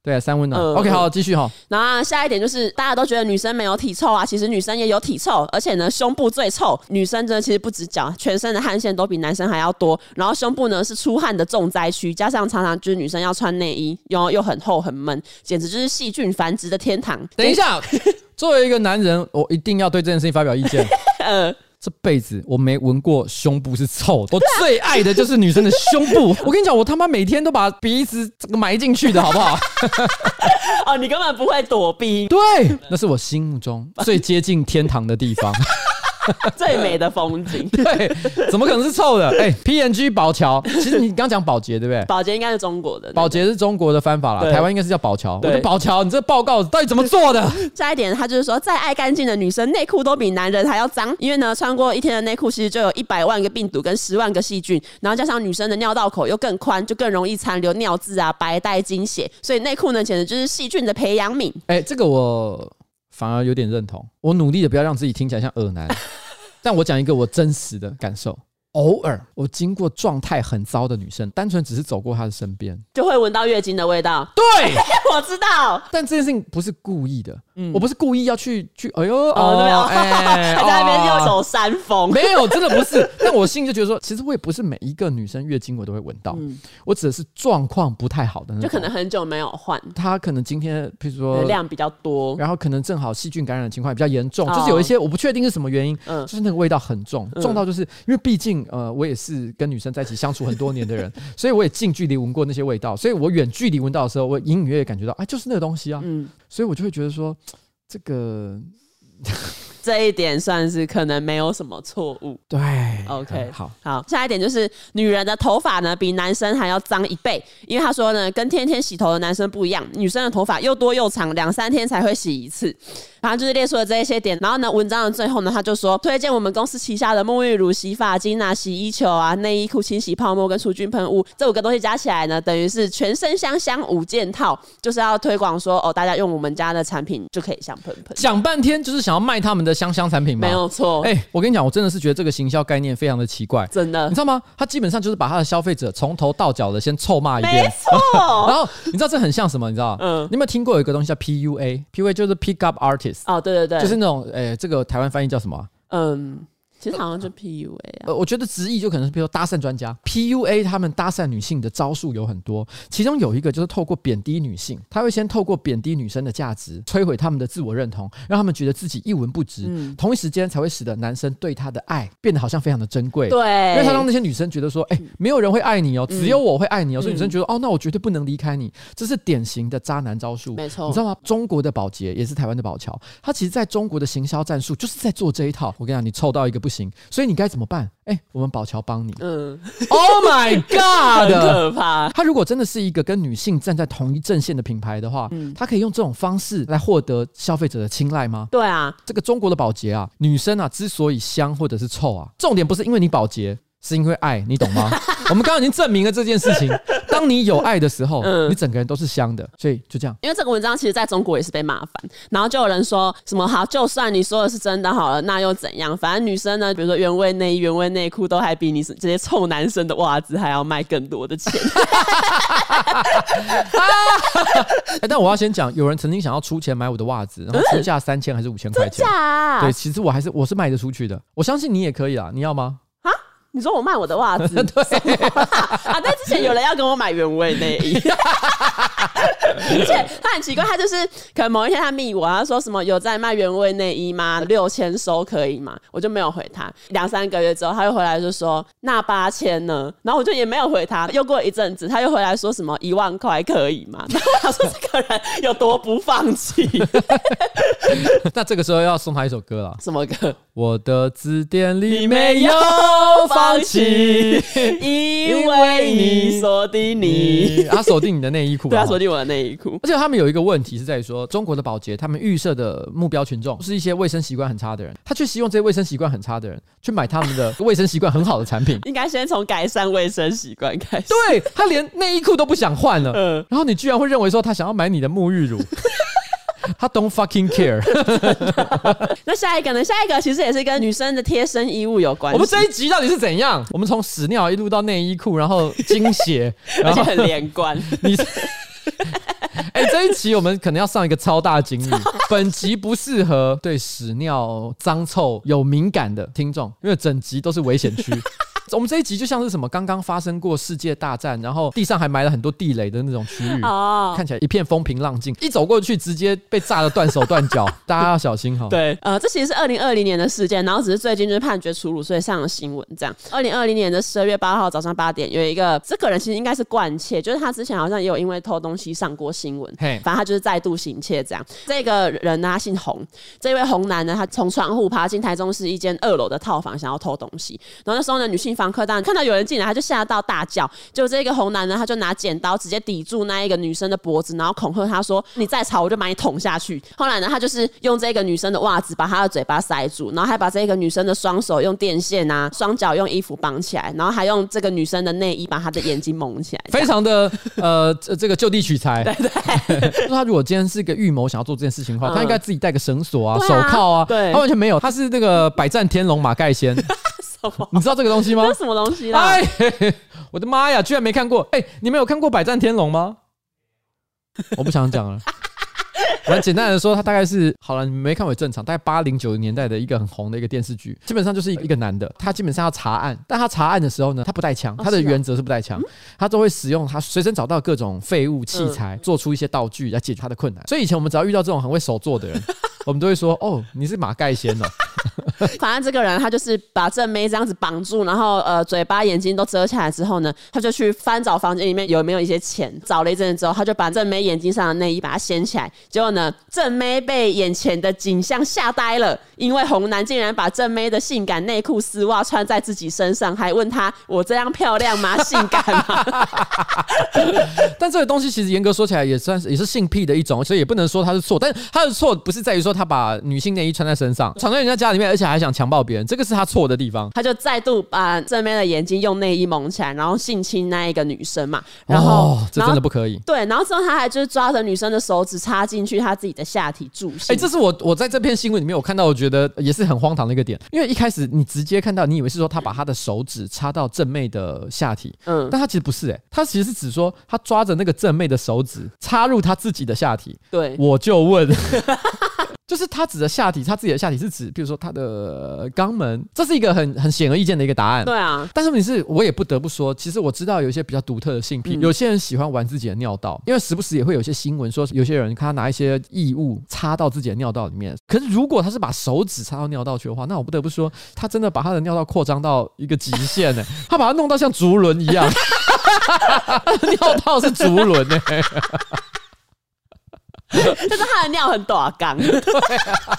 对，三温暖、 呃、 OK 好继续哈。 然后下一点就是大家都觉得女生没有体臭啊，其实女生也有体臭，而且呢胸部最臭，女生真的其实不止脚，全身的汗腺都比男生还要多，然后胸部呢是出汗的重灾区，加上常常就是女生要穿内衣，又又很厚很闷，简直就是细菌繁殖的天堂。 等一下作为一个男人我一定要对这件事情发表意见呃这辈子我没闻过胸部是臭的，我最爱的就是女生的胸部。我跟你讲，我他妈每天都把鼻子埋进去的好不好？ 哦，你根本不会躲避， 对，那是我心目中最接近天堂的地方。 最美的风景。 对，怎么可能是臭的？哎、欸、，P N G 宝桥，其实你刚讲宝洁对不对？ 宝洁应该是中国的、那个， 宝洁是中国的翻法啦，台湾应该是叫宝桥。我的宝桥，你这报告到底怎么做的？ 下一点，他就是说，再爱干净的女生，内裤都比男人还要脏，因为呢，穿过一天的内裤，其实就有一百万个病毒跟十万个细菌，然后加上女生的尿道口又更宽，就更容易残留尿渍啊、白带、经血，所以内裤呢，简直就是细菌的培养皿。 哎、欸，这个我反而有点认同，我努力的不要让自己听起来像恶男。但我讲一个我真实的感受，偶尔我经过状态很糟的女生，单纯只是走过她的身边， 就会闻到月经的味道。 对， 我知道。 但这件事情不是故意的，嗯、我不是故意要去去，哎呦， 哦， 哦哎，还在那边右手扇风， 没有，真的不是。但我心里就觉得说，其实我也不是每一个女生月经我都会闻到，嗯、我指的是状况不太好的那种， 就可能很久没有换， 她可能今天，譬如说量比较多， 然后可能正好细菌感染的情况也比较严重，哦、就是有一些我不确定是什么原因，嗯、就是那个味道很重，重到就是因为毕竟呃，我也是跟女生在一起相处很多年的人，所以我也近距离闻过那些味道，所以我远距离闻到的时候，我隐隐约约感觉到，哎，就是那个东西啊，嗯，所以我就会觉得说，这个。 这一点算是可能没有什么错误。 对 ，OK，、嗯、 好， 好。下一点就是女人的头发呢比男生还要脏一倍，因为他说呢，跟天天洗头的男生不一样，女生的头发又多又长，两三天才会洗一次。然后就是列出了这一些点，然后呢，文章的最后呢，他就说推荐我们公司旗下的沐浴乳、洗发精啊、洗衣球啊、内衣裤清洗泡沫跟除菌喷雾，这五个东西加起来呢，等于是全身香香五件套，就是要推广说哦，大家用我们家的产品就可以香喷喷。 讲半天就是想要卖他们的香香产品吗？ 没有错。 哎、欸，我跟你讲，我真的是觉得这个行销概念非常的奇怪，真的，你知道吗？他基本上就是把他的消费者从头到脚的先臭骂一遍， 没错。 然后你知道这很像什么？你知道？嗯，你有没有听过有一个东西叫 P U A？P U A 就是 Pick Up Artist。 哦，对对对， 就是那种，哎、欸，这个台湾翻译叫什么、啊？ 嗯。其实好像就 P U A 啊， 呃，我觉得直译就可能是比如说搭讪专家 P U A， 他们搭讪女性的招数有很多，其中有一个就是透过贬低女性，他会先透过贬低女生的价值，摧毁他们的自我认同，让他们觉得自己一文不值，嗯、同一时间才会使得男生对她的爱变得好像非常的珍贵， 对， 因为他让那些女生觉得说，哎、欸，没有人会爱你哦，只有我会爱你哦，嗯、所以女生觉得哦，那我绝对不能离开你，这是典型的渣男招数， 没错， 你知道吗？中国的宝洁也是台湾的宝乔，他其实在中国的行销战术就是在做这一套。我跟你讲，你臭到一个不行，所以你该怎么办？哎、欸，我们宝乔帮你。嗯 ，Oh my God， 很可怕。 他如果真的是一个跟女性站在同一阵线的品牌的话，嗯，他可以用这种方式来获得消费者的青睐吗？ 对啊， 这个中国的宝洁啊，女生啊之所以香或者是臭啊，重点不是因为你宝洁，是因为爱，你懂吗？我们刚刚已经证明了这件事情。当你有爱的时候，嗯、你整个人都是香的，所以就这样。 因为这个文章其实在中国也是被骂翻，然后就有人说什么好，就算你说的是真的好了，那又怎样？反正女生呢，比如说原味内衣、原味内裤，都还比你这些臭男生的袜子还要卖更多的钱。 欸、但我要先讲，有人曾经想要出钱买我的袜子，然后出价三千还是五千块钱？ 真假？ 对，其实我还是我是卖得出去的，我相信你也可以啦，你要吗？ 你说我卖我的袜子？ 对啊，但之前有人要跟我买原味内衣，而且他很奇怪，他就是可能某一天他密我，他说什么有在卖原味内衣吗？六千收可以吗？我就没有回他。两三个月之后，他又回来就说那八千呢？然后我就也没有回他。又过一阵子，他又回来说什么一万块可以吗？然后他说这个人有多不放弃。 那这个时候要送他一首歌了， 什么歌？ 我的字典里没有放弃， 因为你锁定你， 他锁定你的内衣裤， 对，他锁定我的内衣裤。 而且他们有一个问题是在于说，中国的宝洁他们预设的目标群众是一些卫生习惯很差的人，他却希望这些卫生习惯很差的人去买他们的卫生习惯很好的产品。 应该先从改善卫生习惯开始。 对，他连内衣裤都不想换了，嗯，然后你居然会认为说他想要买你的沐浴乳。他 don't fucking care 。 那下一个呢？下一个其实也是跟女生的贴身衣物有关系。 我们这一集到底是怎样？我们从屎尿一路到内衣裤，然后精血， 而且很连贯。 你哎、欸，这这一期我们可能要上一个超大警语，本集不适合对屎尿脏臭有敏感的听众，因为整集都是危险区。我们这一集就像是什么刚刚发生过世界大战，然后地上还埋了很多地雷的那种区域，哦、看起来一片风平浪静，一走过去直接被炸得断手断脚，大家要小心哈。 对，呃，这其实是二零二零年的事件，然后只是最近就是判决出炉，所以上了新闻这样。二零二零年的十二月八号早上八点，有一个这个人其实应该是惯窃，就是他之前好像也有因为偷东西上过新闻，反正他就是再度行窃这样。这个人呢，他姓洪，这位洪男呢，他从窗户爬进台中市一间二楼的套房，想要偷东西，然后那时候呢，女性房客当然看到有人进来，他就吓到大叫。结果这个洪男呢，他就拿剪刀直接抵住那一个女生的脖子，然后恐吓她说：“你再吵，我就把你捅下去。”后来呢，他就是用这个女生的袜子把她的嘴巴塞住，然后还把这个女生的双手用电线啊，双脚用衣服绑起来，然后还用这个女生的内衣把她的眼睛蒙起来， 非常的呃这个就地取材。 对对， 就是他如果今天是一个预谋想要做这件事情的话，嗯、他应该自己带个绳索啊、 啊、 手铐啊， 对， 他完全没有，他是那个百战天龙马盖先。你知道这个东西吗？ 这是什么东西啦？ 哎，我的妈呀，居然没看过！哎，你们有看过《百战天龙》吗？我不想讲了。蛮简单的说，他大概是好了，你们没看过也正常，大概八零九零年代的一个很红的一个电视剧，基本上就是一个一个男的，他基本上要查案，但他查案的时候呢，他不带枪，他的原则是不带枪，他都会使用他随身找到各种废物器材，做出一些道具来解决他的困难。所以以前我们只要遇到这种很会手做的人，我们都会说：“哦，你是马盖先哦。” 反正这个人他就是把正妹这样子绑住，然后呃嘴巴眼睛都遮起来之后呢，他就去翻找房间里面有没有一些钱，找了一阵子之后，他就把正妹眼睛上的内衣把它掀起来，结果呢正妹被眼前的景象吓呆了，因为洪男竟然把正妹的性感内裤丝袜穿在自己身上，还问他：“我这样漂亮吗？性感吗？” 但这个东西其实严格说起来也算是也是性癖的一种，所以也不能说他是错，但是他的错不是在于说他把女性内衣穿在身上，闯在人家家里面，而且还想强暴别人，这个是他错的地方。 他就再度把正妹的眼睛用内衣蒙起来，然后性侵那一个女生嘛，然后、 哦、这真的不可以。 对，然后之后他还就是抓着女生的手指插进去他自己的下体助兴。 哎、欸，这是我我在这篇新闻里面我看到，我觉得也是很荒唐的一个点，因为一开始你直接看到，你以为是说他把他的手指插到正妹的下体，嗯，但他其实不是、欸，哎，他其实是指说他抓着那个正妹的手指插入他自己的下体。 对， 我就问。就是他指的下体，他自己的下体是指，比如说他的肛门，这是一个很很显而易见的一个答案。 对啊， 但是问题是，我也不得不说，其实我知道有一些比较独特的性癖、嗯，有些人喜欢玩自己的尿道，因为时不时也会有一些新闻说，有些人他拿一些异物插到自己的尿道里面。可是如果他是把手指插到尿道去的话，那我不得不说，他真的把他的尿道扩张到一个极限呢、欸，他把它弄到像竹轮一样，尿道是竹轮呢、欸。 就是他的尿很大缸，对啊。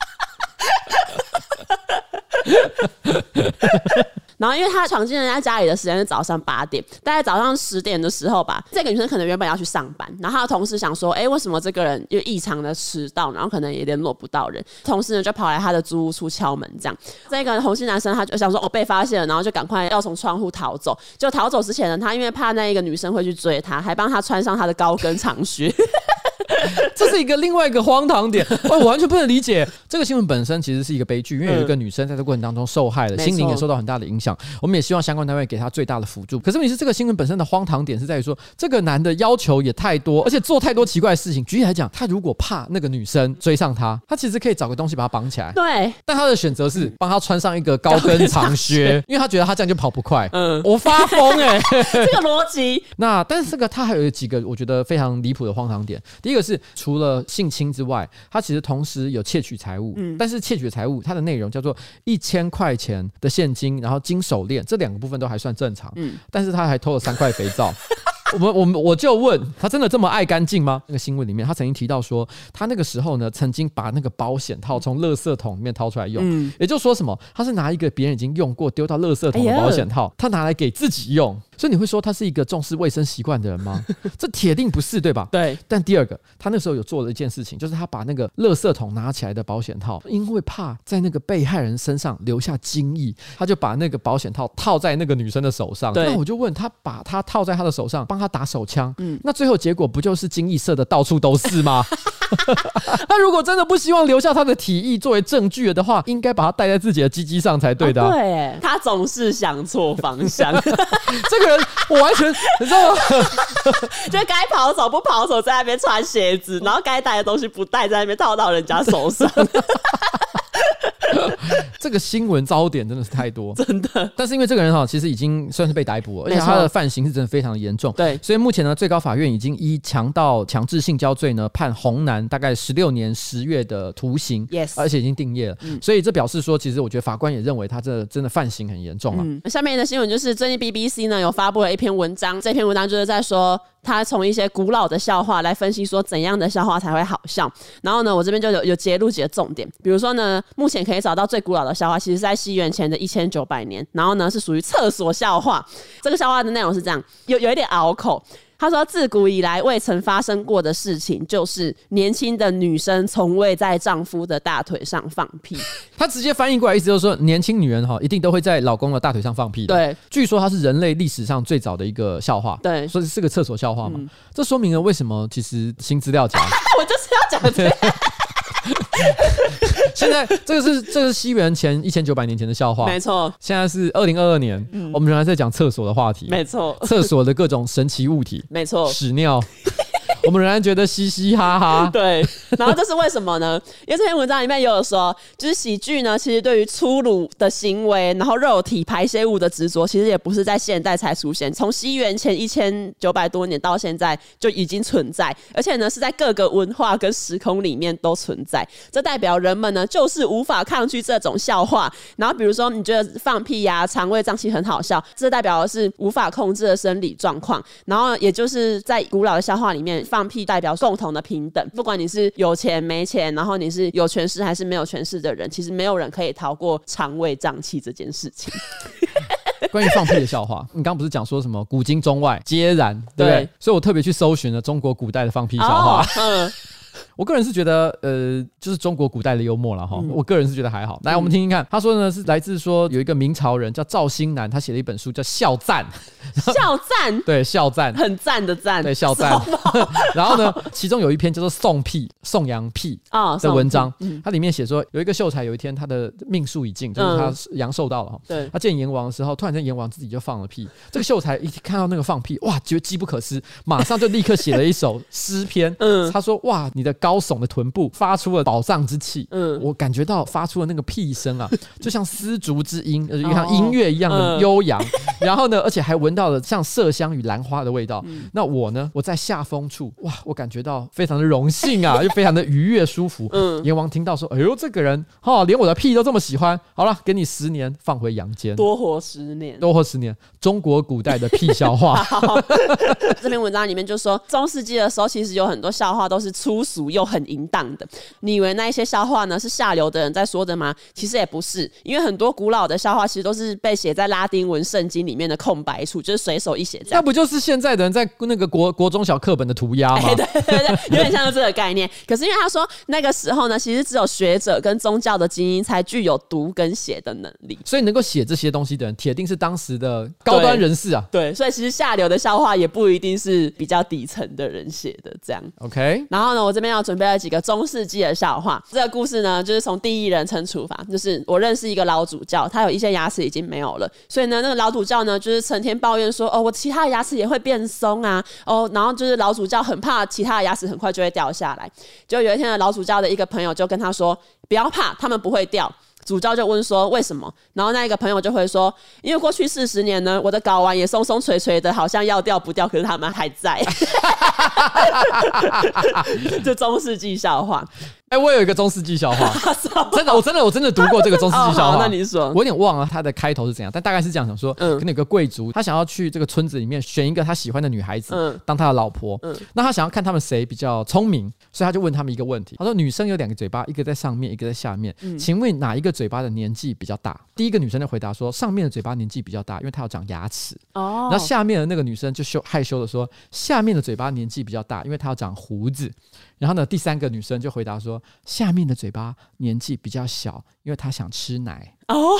然后因为他闯进人家家里的时间是早上八点，大概早上十点的时候吧，这个女生可能原本要去上班，然后她的同事想说，哎，为什么这个人又异常的迟到，然后可能也联络不到人，同事呢就跑来他的租屋处敲门，这样这个红姓男生他就想说，哦，被发现了，然后就赶快要从窗户逃走，就逃走之前呢，他因为怕那一个女生会去追他，还帮他穿上他的高跟长靴。 这是一个另外一个荒唐点，我完全不能理解。这个新闻本身其实是一个悲剧，因为有一个女生在这过程当中受害了，心灵也受到很大的影响。我们也希望相关单位给她最大的辅助。可是问题是，这个新闻本身的荒唐点是在于说，这个男的要求也太多，而且做太多奇怪的事情。举例来讲，他如果怕那个女生追上他，他其实可以找个东西把他绑起来。 对， 但他的选择是帮他穿上一个高跟长靴，因为他觉得他这样就跑不快。嗯，我发疯哎、欸， 这个逻辑。 那但是这个他还有几个我觉得非常离谱的荒唐点。第一个是除了性侵之外，他其实同时有窃取财物、嗯、但是窃取的财物它的内容叫做一千块钱的现金，然后金手链，这两个部分都还算正常、嗯、但是他还偷了三块肥皂。我们我们我就问他真的这么爱干净吗？那个新闻里面他曾经提到说，他那个时候呢曾经把那个保险套从垃圾桶里面掏出来用、嗯、也就是说什么，他是拿一个别人已经用过丢到垃圾桶的保险套、哎、他拿来给自己用。所以你会说他是一个重视卫生习惯的人吗？这铁定不是，对吧？ 对。 但第二个，他那时候有做了一件事情，就是他把那个垃圾桶拿起来的保险套，因为怕在那个被害人身上留下精液，他就把那个保险套套在那个女生的手上。那我就问他，把他套在他的手上，帮他打手枪，嗯，那最后结果不就是精液射的到处都是吗？ 他如果真的不希望留下他的体液作为证据的话，应该把它带在自己的鸡鸡上才对的、啊哦、对，他总是想错方向。 这个人我完全你知道吗？ 就该跑走不跑走，在那边穿鞋子，然后该带的东西不带，在那边套到人家手上。 这个新闻焦点真的是太多， 真的。 但是因为这个人哈，其实已经算是被逮捕了，而且他的犯行是真的非常的严重。 对， 所以目前呢，最高法院已经依强盗强制性交罪呢，判洪男大概十六年十月的徒刑 ，yes， 而且已经定谳了、嗯。所以这表示说，其实我觉得法官也认为他这真的犯行很严重啊、 嗯。下面的新闻就是最近 B B C 呢有发布了一篇文章，这篇文章就是在说。他从一些古老的笑话来分析说怎样的笑话才会好笑，然后呢，我这边就有有揭露几个重点，比如说呢，目前可以找到最古老的笑话，其实是在西元前的一千九百年，然后呢是属于厕所笑话。这个笑话的内容是这样，有有一点拗口。他说，自古以来未曾发生过的事情，就是年轻的女生从未在丈夫的大腿上放屁。 他直接翻译过来，意思就是说，年轻女人哈一定都会在老公的大腿上放屁的。 对， 据说它是人类历史上最早的一个笑话。 对， 所以是个厕所笑话嘛。 嗯、 这说明了为什么其实新资料夹。 我就是要讲这个。 现在这个是这个是西元前一千九百年前的笑话， 没错。 现在是二零二二年、嗯，我们仍然在讲厕所的话题， 没错。 厕所的各种神奇物体， 没错， 屎尿。我们仍然觉得嘻嘻哈哈。 对，然后这是为什么呢？因为这篇文章里面也有说，就是喜剧呢，其实对于粗鲁的行为，然后肉体排泄物的执着，其实也不是在现代才出现，从西元前一千九百多年到现在就已经存在，而且呢是在各个文化跟时空里面都存在。这代表人们呢就是无法抗拒这种笑话。然后比如说你觉得放屁呀、啊、肠胃胀气很好笑，这代表的是无法控制的生理状况。然后也就是在古老的笑话里面，放屁代表共同的平等，不管你是有钱没钱，然后你是有权势还是没有权势的人，其实没有人可以逃过肠胃胀气这件事情。 关于放屁的笑话，你刚刚不是讲说什么古今中外皆然，对不对？对，所以我特别去搜寻了中国古代的放屁笑话。哦嗯我个人是觉得，呃，就是中国古代的幽默了哈、嗯。我个人是觉得还好。来，我们听听看。他说呢，是来自说有一个明朝人叫赵兴南，他写了一本书叫《笑赞》。 笑赞， 对，笑赞， 很赞的赞， 对，笑赞。然后呢，其中有一篇叫做《送屁送羊屁》的文章，哦嗯、它里面写说，有一个秀才有一天他的命数已尽，就是他阳寿到了哈、嗯。对，他见阎王的时候，突然间阎王自己就放了屁。这个秀才一看到那个放屁，哇，觉得机不可失，马上就立刻写了一首诗篇。嗯，他说：“哇，你的高耸的臀部发出了宝藏之气，嗯，我感觉到发出了那个屁声啊，就像丝竹之音，就像音乐一样的悠扬。哦嗯、然后呢，而且还闻到了像麝香与兰花的味道。嗯、那我呢，我在下风处，哇，我感觉到非常的荣幸啊，又非常的愉悦舒服。嗯，阎王听到说，哎呦，这个人哈、哦，连我的屁都这么喜欢，好了，给你十年放回阳间， 多活十年， 多活十年。中国古代的屁笑话。 这篇文章里面就说，中世纪的时候，其实有很多笑话都是粗俗又很淫荡的。你以为那一些笑话呢是下流的人在说的吗？其实也不是，因为很多古老的笑话其实都是被写在拉丁文圣经里面的空白处，就是随手一写这样。 那不就是现在的人在那个国国中小课本的涂鸦吗？ 欸、对对对，有点像这个概念。可是因为他说那个时候呢，其实只有学者跟宗教的精英才具有读跟写的能力， 所以能够写这些东西的人，铁定是当时的高端人士啊。 对，对，所以其实下流的笑话也不一定是比较底层的人写的这样。 OK， 然后呢，我这边要准备了几个中世纪的笑话。这个故事呢，就是从第一人称出发，就是我认识一个老主教，他有一些牙齿已经没有了，所以呢，那个老主教呢，就是成天抱怨说，哦，我其他的牙齿也会变松啊，哦，然后就是老主教很怕其他的牙齿很快就会掉下来。就有一天呢，老主教的一个朋友就跟他说，不要怕，他们不会掉。主教就问说为什么，然后那一个朋友就会说，因为过去四十年呢，我的睾丸也松松垂垂的，好像要掉不掉，可是他们还在。就中世纪笑话。 哎、欸，我有一个中世纪笑话，真的，我真的，我真的读过这个中世纪笑话。 哦、那你说， 我有点忘了它的开头是怎样，但大概是这样想说，嗯，可能有个贵族，他想要去这个村子里面选一个他喜欢的女孩子，嗯，当他的老婆，嗯，那他想要看他们谁比较聪明，所以他就问他们一个问题，他说：女生有两个嘴巴，一个在上面，一个在下面，嗯、请问哪一个嘴巴的年纪比较大？第一个女生就回答说，上面的嘴巴年纪比较大，因为她要长牙齿。哦，然后下面的那个女生就羞害羞的说，下面的嘴巴年纪比较大，因为她要长胡子。 然后呢，第三个女生就回答说，下面的嘴巴年纪比较小，因为她想吃奶。哦，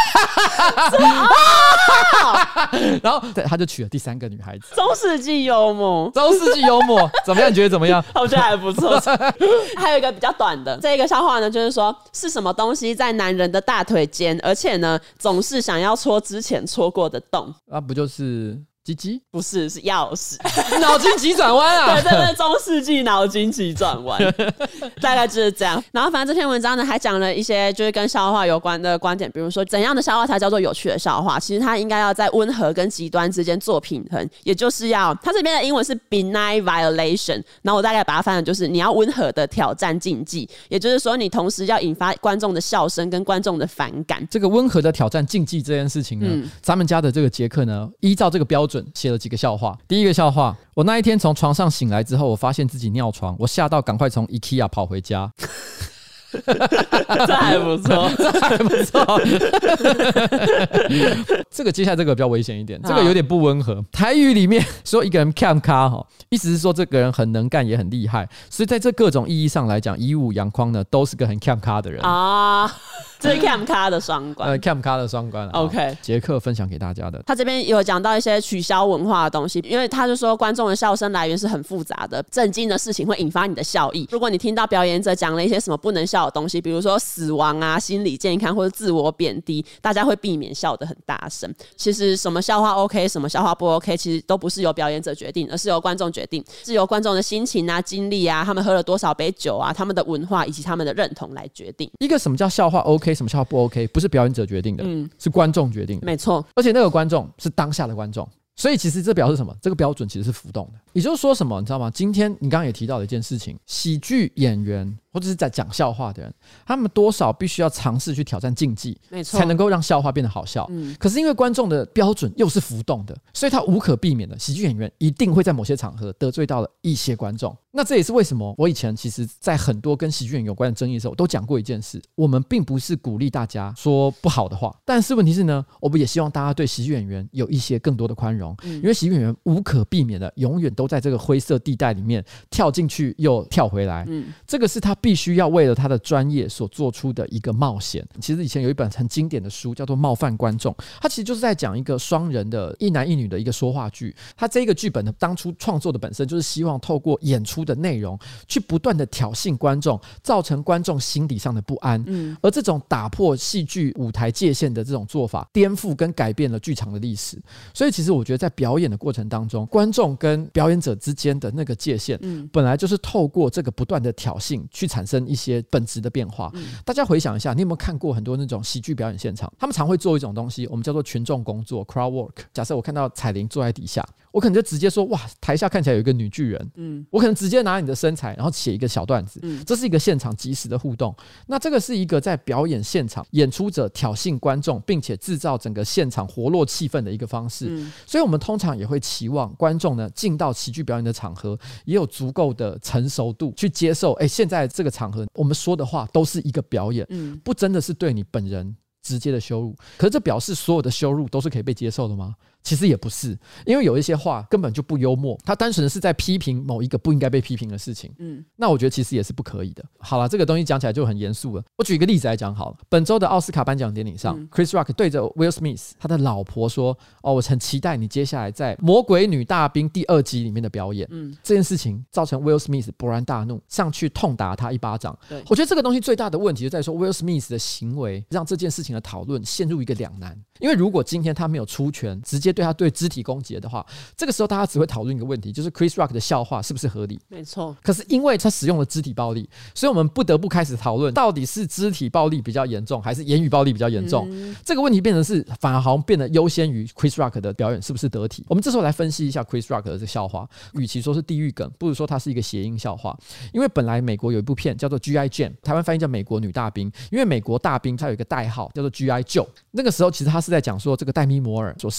然后他就娶了第三个女孩子。 中世纪幽默， 中世纪幽默怎么样？你觉得怎么样？ 我觉得还不错。还有一个比较短的，这一个笑话呢，就是说是什么东西在男人的大腿间，而且呢总是想要戳之前戳过的洞？ 啊，不就是鸡鸡？ 不是，是钥匙。 脑筋急转弯啊！ 对，这是中世纪脑筋急转弯，大概就是这样。然后反正这篇文章呢，还讲了一些就是跟笑话有关的观点，比如说怎样的笑话才叫做有趣的笑话？其实它应该要在温和跟极端之间做平衡，也就是要它这边的英文是 benign violation， 然后我大概把它翻成就是你要温和的挑战禁忌，也就是说你同时要引发观众的笑声跟观众的反感。 这个温和的挑战禁忌这件事情呢，嗯、咱们家的这个杰克呢，依照这个标准写了几个笑话。第一个笑话，我那一天从床上醒来之后，我发现自己尿床，我吓到赶快从 IKEA 跑回家。 这还不错， 这还不错。这个接下来这个比较危险一点，这个有点不温和。台语里面说一个人 cam 咖，意思是说这个人很能干也很厉害，所以在这各种意义上来讲，以武扬匡呢都是个很 cam 咖的人啊。 这是 cam 咖的双关， 呃 cam 咖的双关。 OK， 杰克分享给大家的， 他这边有讲到一些取消文化的东西，因为他就说观众的笑声来源是很复杂的，震惊的事情会引发你的笑意。如果你听到表演者讲了一些什么不能笑的东西，比如说死亡啊、心理健康或者自我贬低，大家会避免笑得很大声。其实什么笑话 OK， 什么笑话不 OK， 其实都不是由表演者决定，而是由观众决定，是由观众的心情啊、经历啊、他们喝了多少杯酒啊、他们的文化以及他们的认同来决定。 一个什么叫笑话 OK， 什么笑话不 OK， 不是表演者决定的，嗯，是观众决定的， 没错。 而且那个观众是当下的观众。所以其实这表示什么？这个标准其实是浮动的。也就是说什么，你知道吗？今天你刚刚也提到的一件事情，喜剧演员或者是在讲笑话的人，他们多少必须要尝试去挑战禁忌， 没错， 才能够让笑话变得好笑。嗯、可是因为观众的标准又是浮动的，所以他无可避免的，喜剧演员一定会在某些场合得罪到了一些观众。那这也是为什么我以前其实在很多跟喜剧演员有关的争议的时候，我都讲过一件事：我们并不是鼓励大家说不好的话，但是问题是呢，我们也希望大家对喜剧演员有一些更多的宽容，嗯、因为喜剧演员无可避免的永远都在这个灰色地带里面跳进去又跳回来，嗯、这个是他必须要为了他的专业所做出的一个冒险。其实以前有一本很经典的书叫做《冒犯观众》，它其实就是在讲一个双人的一男一女的一个说话剧。他这个剧本呢，当初创作的本身就是希望透过演出的内容去不断的挑衅观众，造成观众心理上的不安，嗯、而这种打破戏剧舞台界限的这种做法，颠覆跟改变了剧场的历史。所以其实我觉得在表演的过程当中，观众跟表演者之间的那个界限，嗯、本来就是透过这个不断的挑衅去产生一些本质的变化。嗯、大家回想一下，你有没有看过很多那种喜剧表演现场？他们常会做一种东西，我们叫做群众工作 crowd work。假设我看到彩玲坐在底下，我可能就直接说，哇，台下看起来有一个女巨人，嗯、我可能直接拿你的身材然后写一个小段子，嗯、这是一个现场即时的互动。那这个是一个在表演现场演出者挑衅观众并且制造整个现场活络气氛的一个方式。嗯、所以我们通常也会期望观众呢进到喜剧表演的场合也有足够的成熟度去接受，哎，现在这个场合我们说的话都是一个表演，嗯、不真的是对你本人直接的羞辱。可是这表示所有的羞辱都是可以被接受的吗？其实也不是，因为有一些话根本就不幽默，它单纯的是在批评某一个不应该被批评的事情。嗯，那我觉得其实也是不可以的。好了，这个东西讲起来就很严肃了。我举一个例子来讲好了。本周的奥斯卡颁奖典礼上，嗯、Chris Rock 对着 Will Smith 他的老婆说：“哦，我很期待你接下来在《魔鬼女大兵》第二集里面的表演。”嗯，这件事情造成 Will Smith 勃然大怒，上去痛打他一巴掌。对，我觉得这个东西最大的问题就在于说 Will Smith 的行为让这件事情的讨论陷入一个两难。因为如果今天他没有出拳直接对他对肢体攻击的话，这个时候大家只会讨论一个问题，就是 Chris Rock 的笑话是不是合理？ 没错。 可是因为他使用了肢体暴力，所以我们不得不开始讨论到底是肢体暴力比较严重还是言语暴力比较严重。嗯、这个问题变成是反而好像变得优先于 Chris Rock 的表演是不是得体。我们这时候来分析一下 Chris Rock 的这个笑话，与其说是地狱梗，不如说它是一个谐音笑话。因为本来美国有一部片叫做 G I Jane， 台湾翻译叫美国女大兵，因为美国大兵它有一个代号叫做 G I Joe。那个时候其实他是在讲说这个戴咪摩尔所饰演的角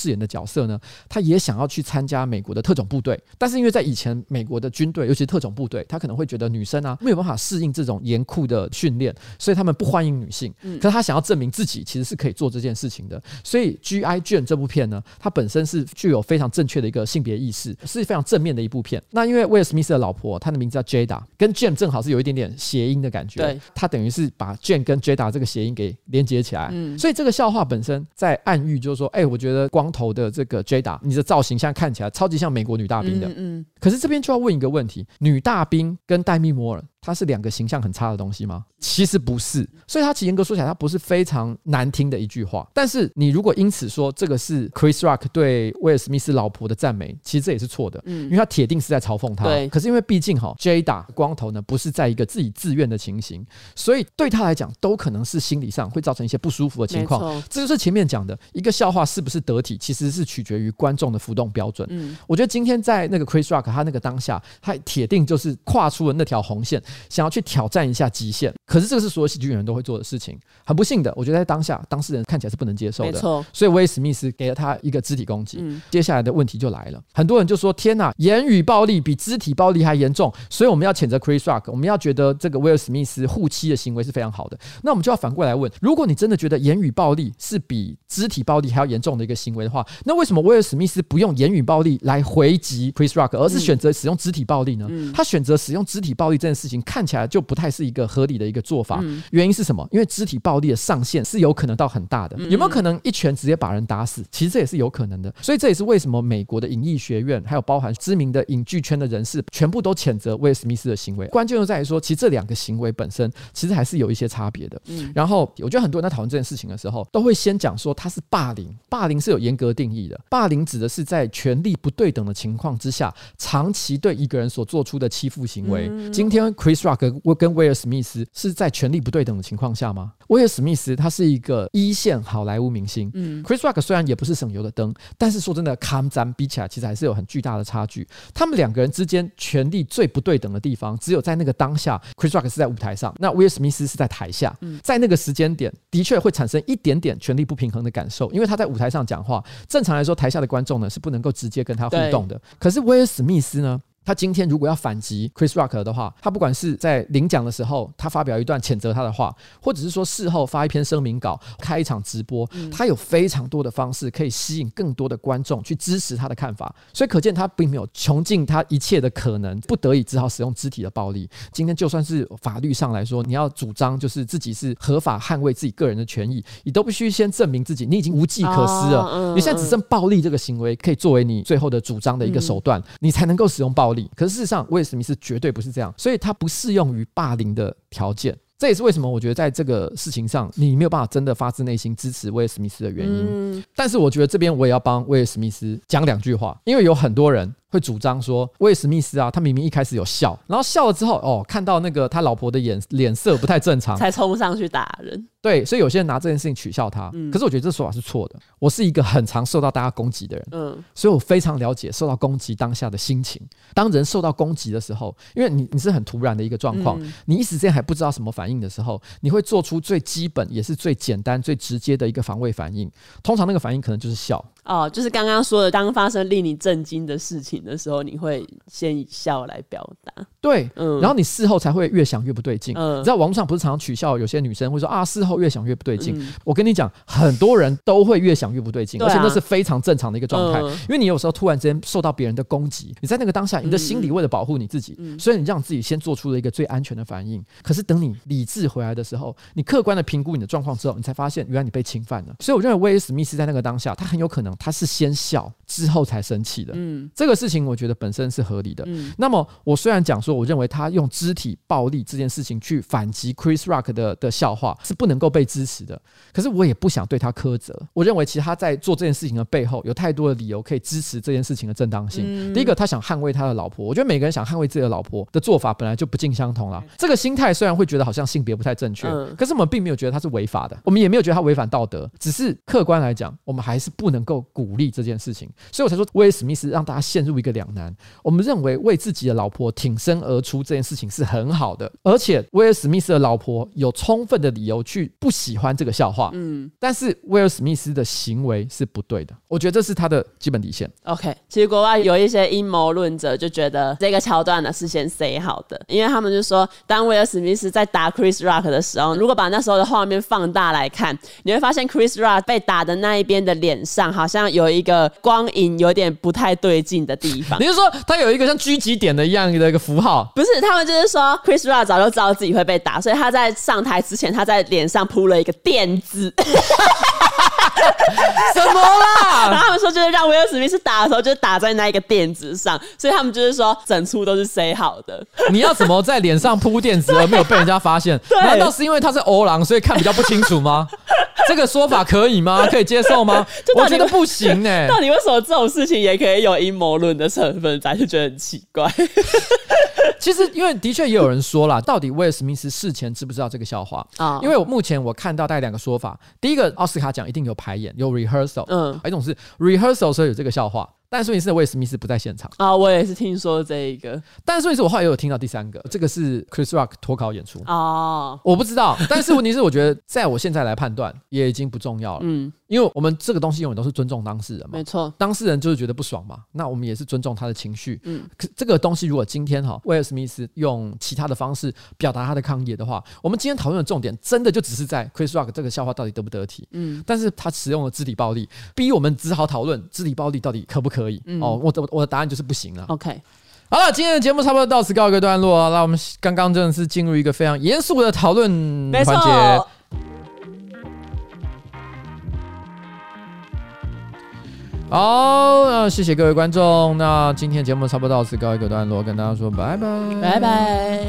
角色呢，他也想要去参加美国的特种部队，但是因为在以前美国的军队，尤其是特种部队，他可能会觉得女生啊没有办法适应这种严酷的训练，所以他们不欢迎女性。嗯、可是他想要证明自己其实是可以做这件事情的，所以 G I Jane 这部片呢，它本身是具有非常正确的一个性别意识，是非常正面的一部片。那因为威尔史密斯的老婆，她的名字叫 Jada， 跟 Jane 正好是有一点点谐音的感觉，对，他等于是把 Jane 跟 Jada 这个谐音给连接起来。嗯、所以这个笑话本身在暗喻就是说，哎、欸，我觉得光头的这个 Jada， 你的造型现在看起来超级像美国女大兵的。嗯嗯，可是这边就要问一个问题：女大兵跟黛蜜摩尔，它是两个形象很差的东西吗？其实不是，所以它其实严格说起来，它不是非常难听的一句话。但是你如果因此说这个是 Chris Rock 对威尔史密斯老婆的赞美，其实这也是错的，嗯、因为他铁定是在嘲讽他。对，可是因为毕竟哈 Jada 光头呢不是在一个自己自愿的情形，所以对他来讲都可能是心理上会造成一些不舒服的情况。这就是前面讲的一个笑话是不是得体，其实是取决于观众的浮动标准。嗯、我觉得今天在那个 Chris Rock 他那个当下，他铁定就是跨出了那条红线，想要去挑战一下极限。可是这个是所有喜剧演员都会做的事情，很不幸的，我觉得在当下当事人看起来是不能接受的。没错，所以威尔史密斯给了他一个肢体攻击。嗯、接下来的问题就来了，很多人就说：天哪，言语暴力比肢体暴力还严重，所以我们要谴责 Chris Rock， 我们要觉得这个威尔史密斯护妻的行为是非常好的。那我们就要反过来问：如果你真的觉得言语暴力是比肢体暴力还要严重的一个行为的话，那为什么威尔史密斯不用言语暴力来回击 Chris Rock， 而是选择使用肢体暴力呢？嗯、他选择使用肢体暴力这件事情，看起来就不太是一个合理的一个做法。嗯、原因是什么？因为肢体暴力的上限是有可能到很大的，有没有可能一拳直接把人打死？其实这也是有可能的。所以这也是为什么美国的影艺学院还有包含知名的影剧圈的人士全部都谴责威尔史密斯的行为。关键就在于说，其实这两个行为本身其实还是有一些差别的。嗯、然后我觉得很多人在讨论这件事情的时候，都会先讲说它是霸凌，霸凌是有严格定义的。霸凌指的是在权力不对等的情况之下，长期对一个人所做出的欺负行为。嗯、今天 Chris Rock 跟威尔史密斯是在权力不对等的情况下吗？威尔史密斯他是一个一线好莱坞明星。嗯、Chris Rock 虽然也不是省油的灯，但是说真的，抗战比起来其实还是有很巨大的差距。他们两个人之间权力最不对等的地方，只有在那个当下 Chris Rock 是在舞台上，那威尔史密斯是在台下。嗯、在那个时间点的确会产生一点点权力不平衡的感受，因为他在舞台上讲话，正常来说台下的观众呢是不能够直接跟他互动的。可是威尔史密斯呢，他今天如果要反击 Chris Rock 的话，他不管是在领奖的时候他发表一段谴责他的话，或者是说事后发一篇声明稿，开一场直播，嗯、他有非常多的方式可以吸引更多的观众去支持他的看法，所以可见他并没有穷尽他一切的可能，不得已只好使用肢体的暴力。今天就算是法律上来说，你要主张就是自己是合法捍卫自己个人的权益，你都必须先证明自己你已经无计可施了。哦嗯、你现在只剩暴力这个行为可以作为你最后的主张的一个手段，嗯、你才能够使用暴力。可是事实上威尔史密斯绝对不是这样，所以他不适用于霸凌的条件。这也是为什么我觉得在这个事情上你没有办法真的发自内心支持威尔史密斯的原因。嗯、但是我觉得这边我也要帮威尔史密斯讲两句话，因为有很多人会主张说威尔史密斯啊，他明明一开始有笑，然后笑了之后哦，看到那个他老婆的眼脸色不太正常， 才冲上去打人。 对，所以有些人拿这件事情取笑他。嗯、可是我觉得这说法是错的。我是一个很常受到大家攻击的人，嗯、所以我非常了解受到攻击当下的心情。当人受到攻击的时候，因为你你是很突然的一个状况，嗯、你一时之间还不知道什么反应的时候，你会做出最基本也是最简单最直接的一个防卫反应。通常那个反应可能就是笑。 哦，就是刚刚说的，当发生令你震惊的事情的时候，你会先以笑来表达。 对，嗯、然后你事后才会越想越不对劲。嗯、你知道网络上不是常常取笑有些女生会说啊，事后越想越不对劲。嗯、我跟你讲，很多人都会越想越不对劲，啊、而且那是非常正常的一个状态。嗯、因为你有时候突然之间受到别人的攻击，你在那个当下，你的心理为了保护你自己，嗯、所以你让自己先做出了一个最安全的反应。可是等你理智回来的时候，你客观的评估你的状况之后，你才发现原来你被侵犯了。所以我认为威尔史密斯在那个当下，他很有可能他是先笑之后才生气的。嗯、这个事情我觉得本身是合理的。嗯、那么我虽然讲说，我认为他用肢体暴力这件事情去反击 Chris Rock 的, 的笑话是不能够被支持的，可是我也不想对他苛责。我认为其实他在做这件事情的背后有太多的理由可以支持这件事情的正当性。嗯、第一个，他想捍卫他的老婆，我觉得每个人想捍卫自己的老婆的做法本来就不尽相同啦。这个心态虽然会觉得好像性别不太正确，嗯、可是我们并没有觉得他是违法的，我们也没有觉得他违反道德，只是客观来讲，我们还是不能够鼓励这件事情。 所以我才说威尔史密斯让大家陷入一个两难。我们认为为自己的老婆挺身而出这件事情是很好的，而且威尔史密斯的老婆有充分的理由去不喜欢这个笑话，嗯，但是威尔史密斯的行为是不对的，我觉得这是他的基本底线。 OK， 其实国外有一些阴谋论者就觉得这个桥段呢是先 say 好的，因为他们就说当威尔史密斯在打 Chris Rock 的时候，如果把那时候的画面放大来看，你会发现 Chris Rock 被打的那一边的脸上好像有一个光影有点不太对劲的地方。 你是说他有一个像狙击点的一样的一个符号？ 不是，他们就是说 Chris Rock 早就知道自己会被打，所以他在上台之前他在脸上铺了一个垫子。 什么啦？ 然后他们说就是让威尔史密斯打的时候就打在那一个垫子上，所以他们就是说整出都是 say 好的。 你要怎么在脸上铺垫子而没有被人家发现？难道是因为他是欧郎所以看比较不清楚吗？这个说法可以吗？可以接受吗？我觉得不行哎、欸。 到底为什么这种事情也可以有阴谋论的成分在？就觉得很奇怪。 其实，因为的确也有人说啦，到底威尔史密斯事前知不知道这个笑话？啊、因为我目前我看到大概两个说法，第一个奥斯卡奖一定有排演，有 rehearsal， 嗯，一种是 rehearsal 所以有这个笑话。但是问题是威尔史密斯不在现场啊，我也是听说这一个。 但是问题是我后来也有听到第三个，这个是 Chris Rock 脱稿演出哦，我不知道。但是问题是，我觉得在我现在来判断也已经不重要了，嗯，因为我们这个东西永远都是尊重当事人嘛， 没错， 当事人就是觉得不爽嘛，那我们也是尊重他的情绪，嗯，可这个东西如果今天哈威尔史密斯用其他的方式表达他的抗议的话，我们今天讨论的重点真的就只是在 Chris Rock 这个笑话到底得不得体，嗯，但是他使用了肢体暴力，逼我们只好讨论肢体暴力到底可不可以，嗯、哦，我的我的答案就是不行了。 OK， 好了，今天的节目差不多到此告一个段落，那我们刚刚真的是进入一个非常严肃的讨论环节。好，那谢谢各位观众。那今天的节目差不多到此告一个段落，跟大家说拜拜， 拜拜。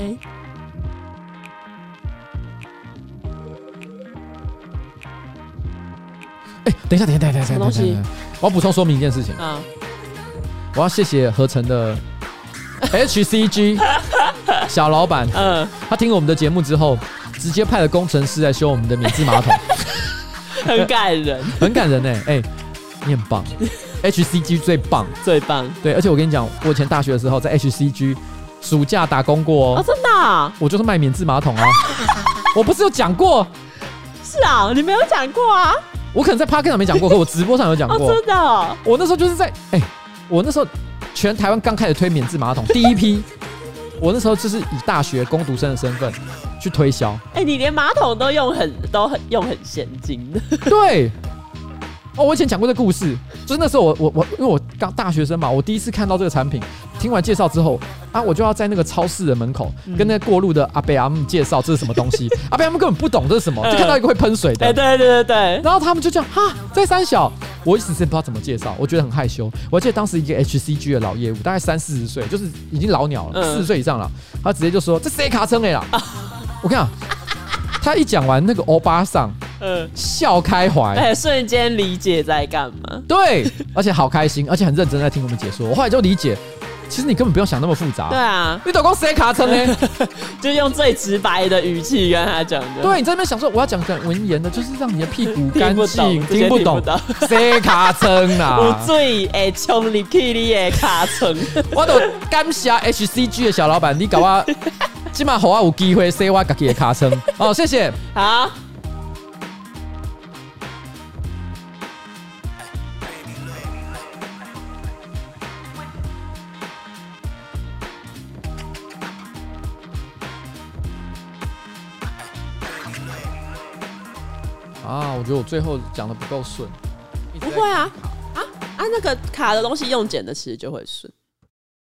哎、欸，等一下，等一下，等一下，等一下，等一下，我要补充说明一件事情啊。我要谢谢合成的 H C G 小老板，嗯，他听了我们的节目之后，直接派了工程师来修我们的免治马桶， 很感人， 很感人哎、欸，哎、欸，你很棒 ，H C G 最棒， 最棒， 对，而且我跟你讲，我以前大学的时候在 H C G 暑假打工过哦， 哦真的、啊， 我就是卖免治马桶啊，我不是有讲过？ 是啊，你没有讲过啊？ 我可能在 Podcast 上没讲过，可我直播上有讲过， 哦真的、哦， 我那时候就是在哎。欸我那时候全台湾刚开始推免治马桶，第一批，我那时候就是以大学工读生的身份去推销。 哎、欸，你连马桶都用很都很用很先进的。 对，哦，我以前讲过这个故事，就是那时候我我我，因为我刚大学生嘛，我第一次看到这个产品，听完介绍之后啊，我就要在那个超市的门口、嗯、跟那个过路的阿伯阿姆介绍这是什么东西，阿伯阿姆根本不懂这是什么，就看到一个会喷水的， 哎、欸，对对对对， 然后他们就这样哈，在三小。我一时不知道怎么介绍，我觉得很害羞。我记得当时一个 H C G 的老业务，大概三四十岁，就是已经老鸟了，四十岁以上了。他直接就说：“这谁卡称哎啦！”我看啊，他一讲完，那个欧巴桑，嗯，笑开怀， 哎，瞬间理解在干嘛。 对，而且好开心，而且很认真在听我们解说。我后来就理解。其实你根本不用想那么复杂。 对啊， 你都讲谁卡称呢？ 就用最直白的语气跟他讲的。 对，你在那边想说我要讲很文言的，就是让你的屁股干净， 听不懂， 谁卡称啦？ 有水会冲入去你的卡称。 我都感谢 H C G 的小老板，你搞我，今晚好我有机会说我自己的卡称。哦，谢谢。 好。 啊，我觉得我最后讲的不够顺。 不会啊，啊啊，那个卡的东西用剪的其实就会顺。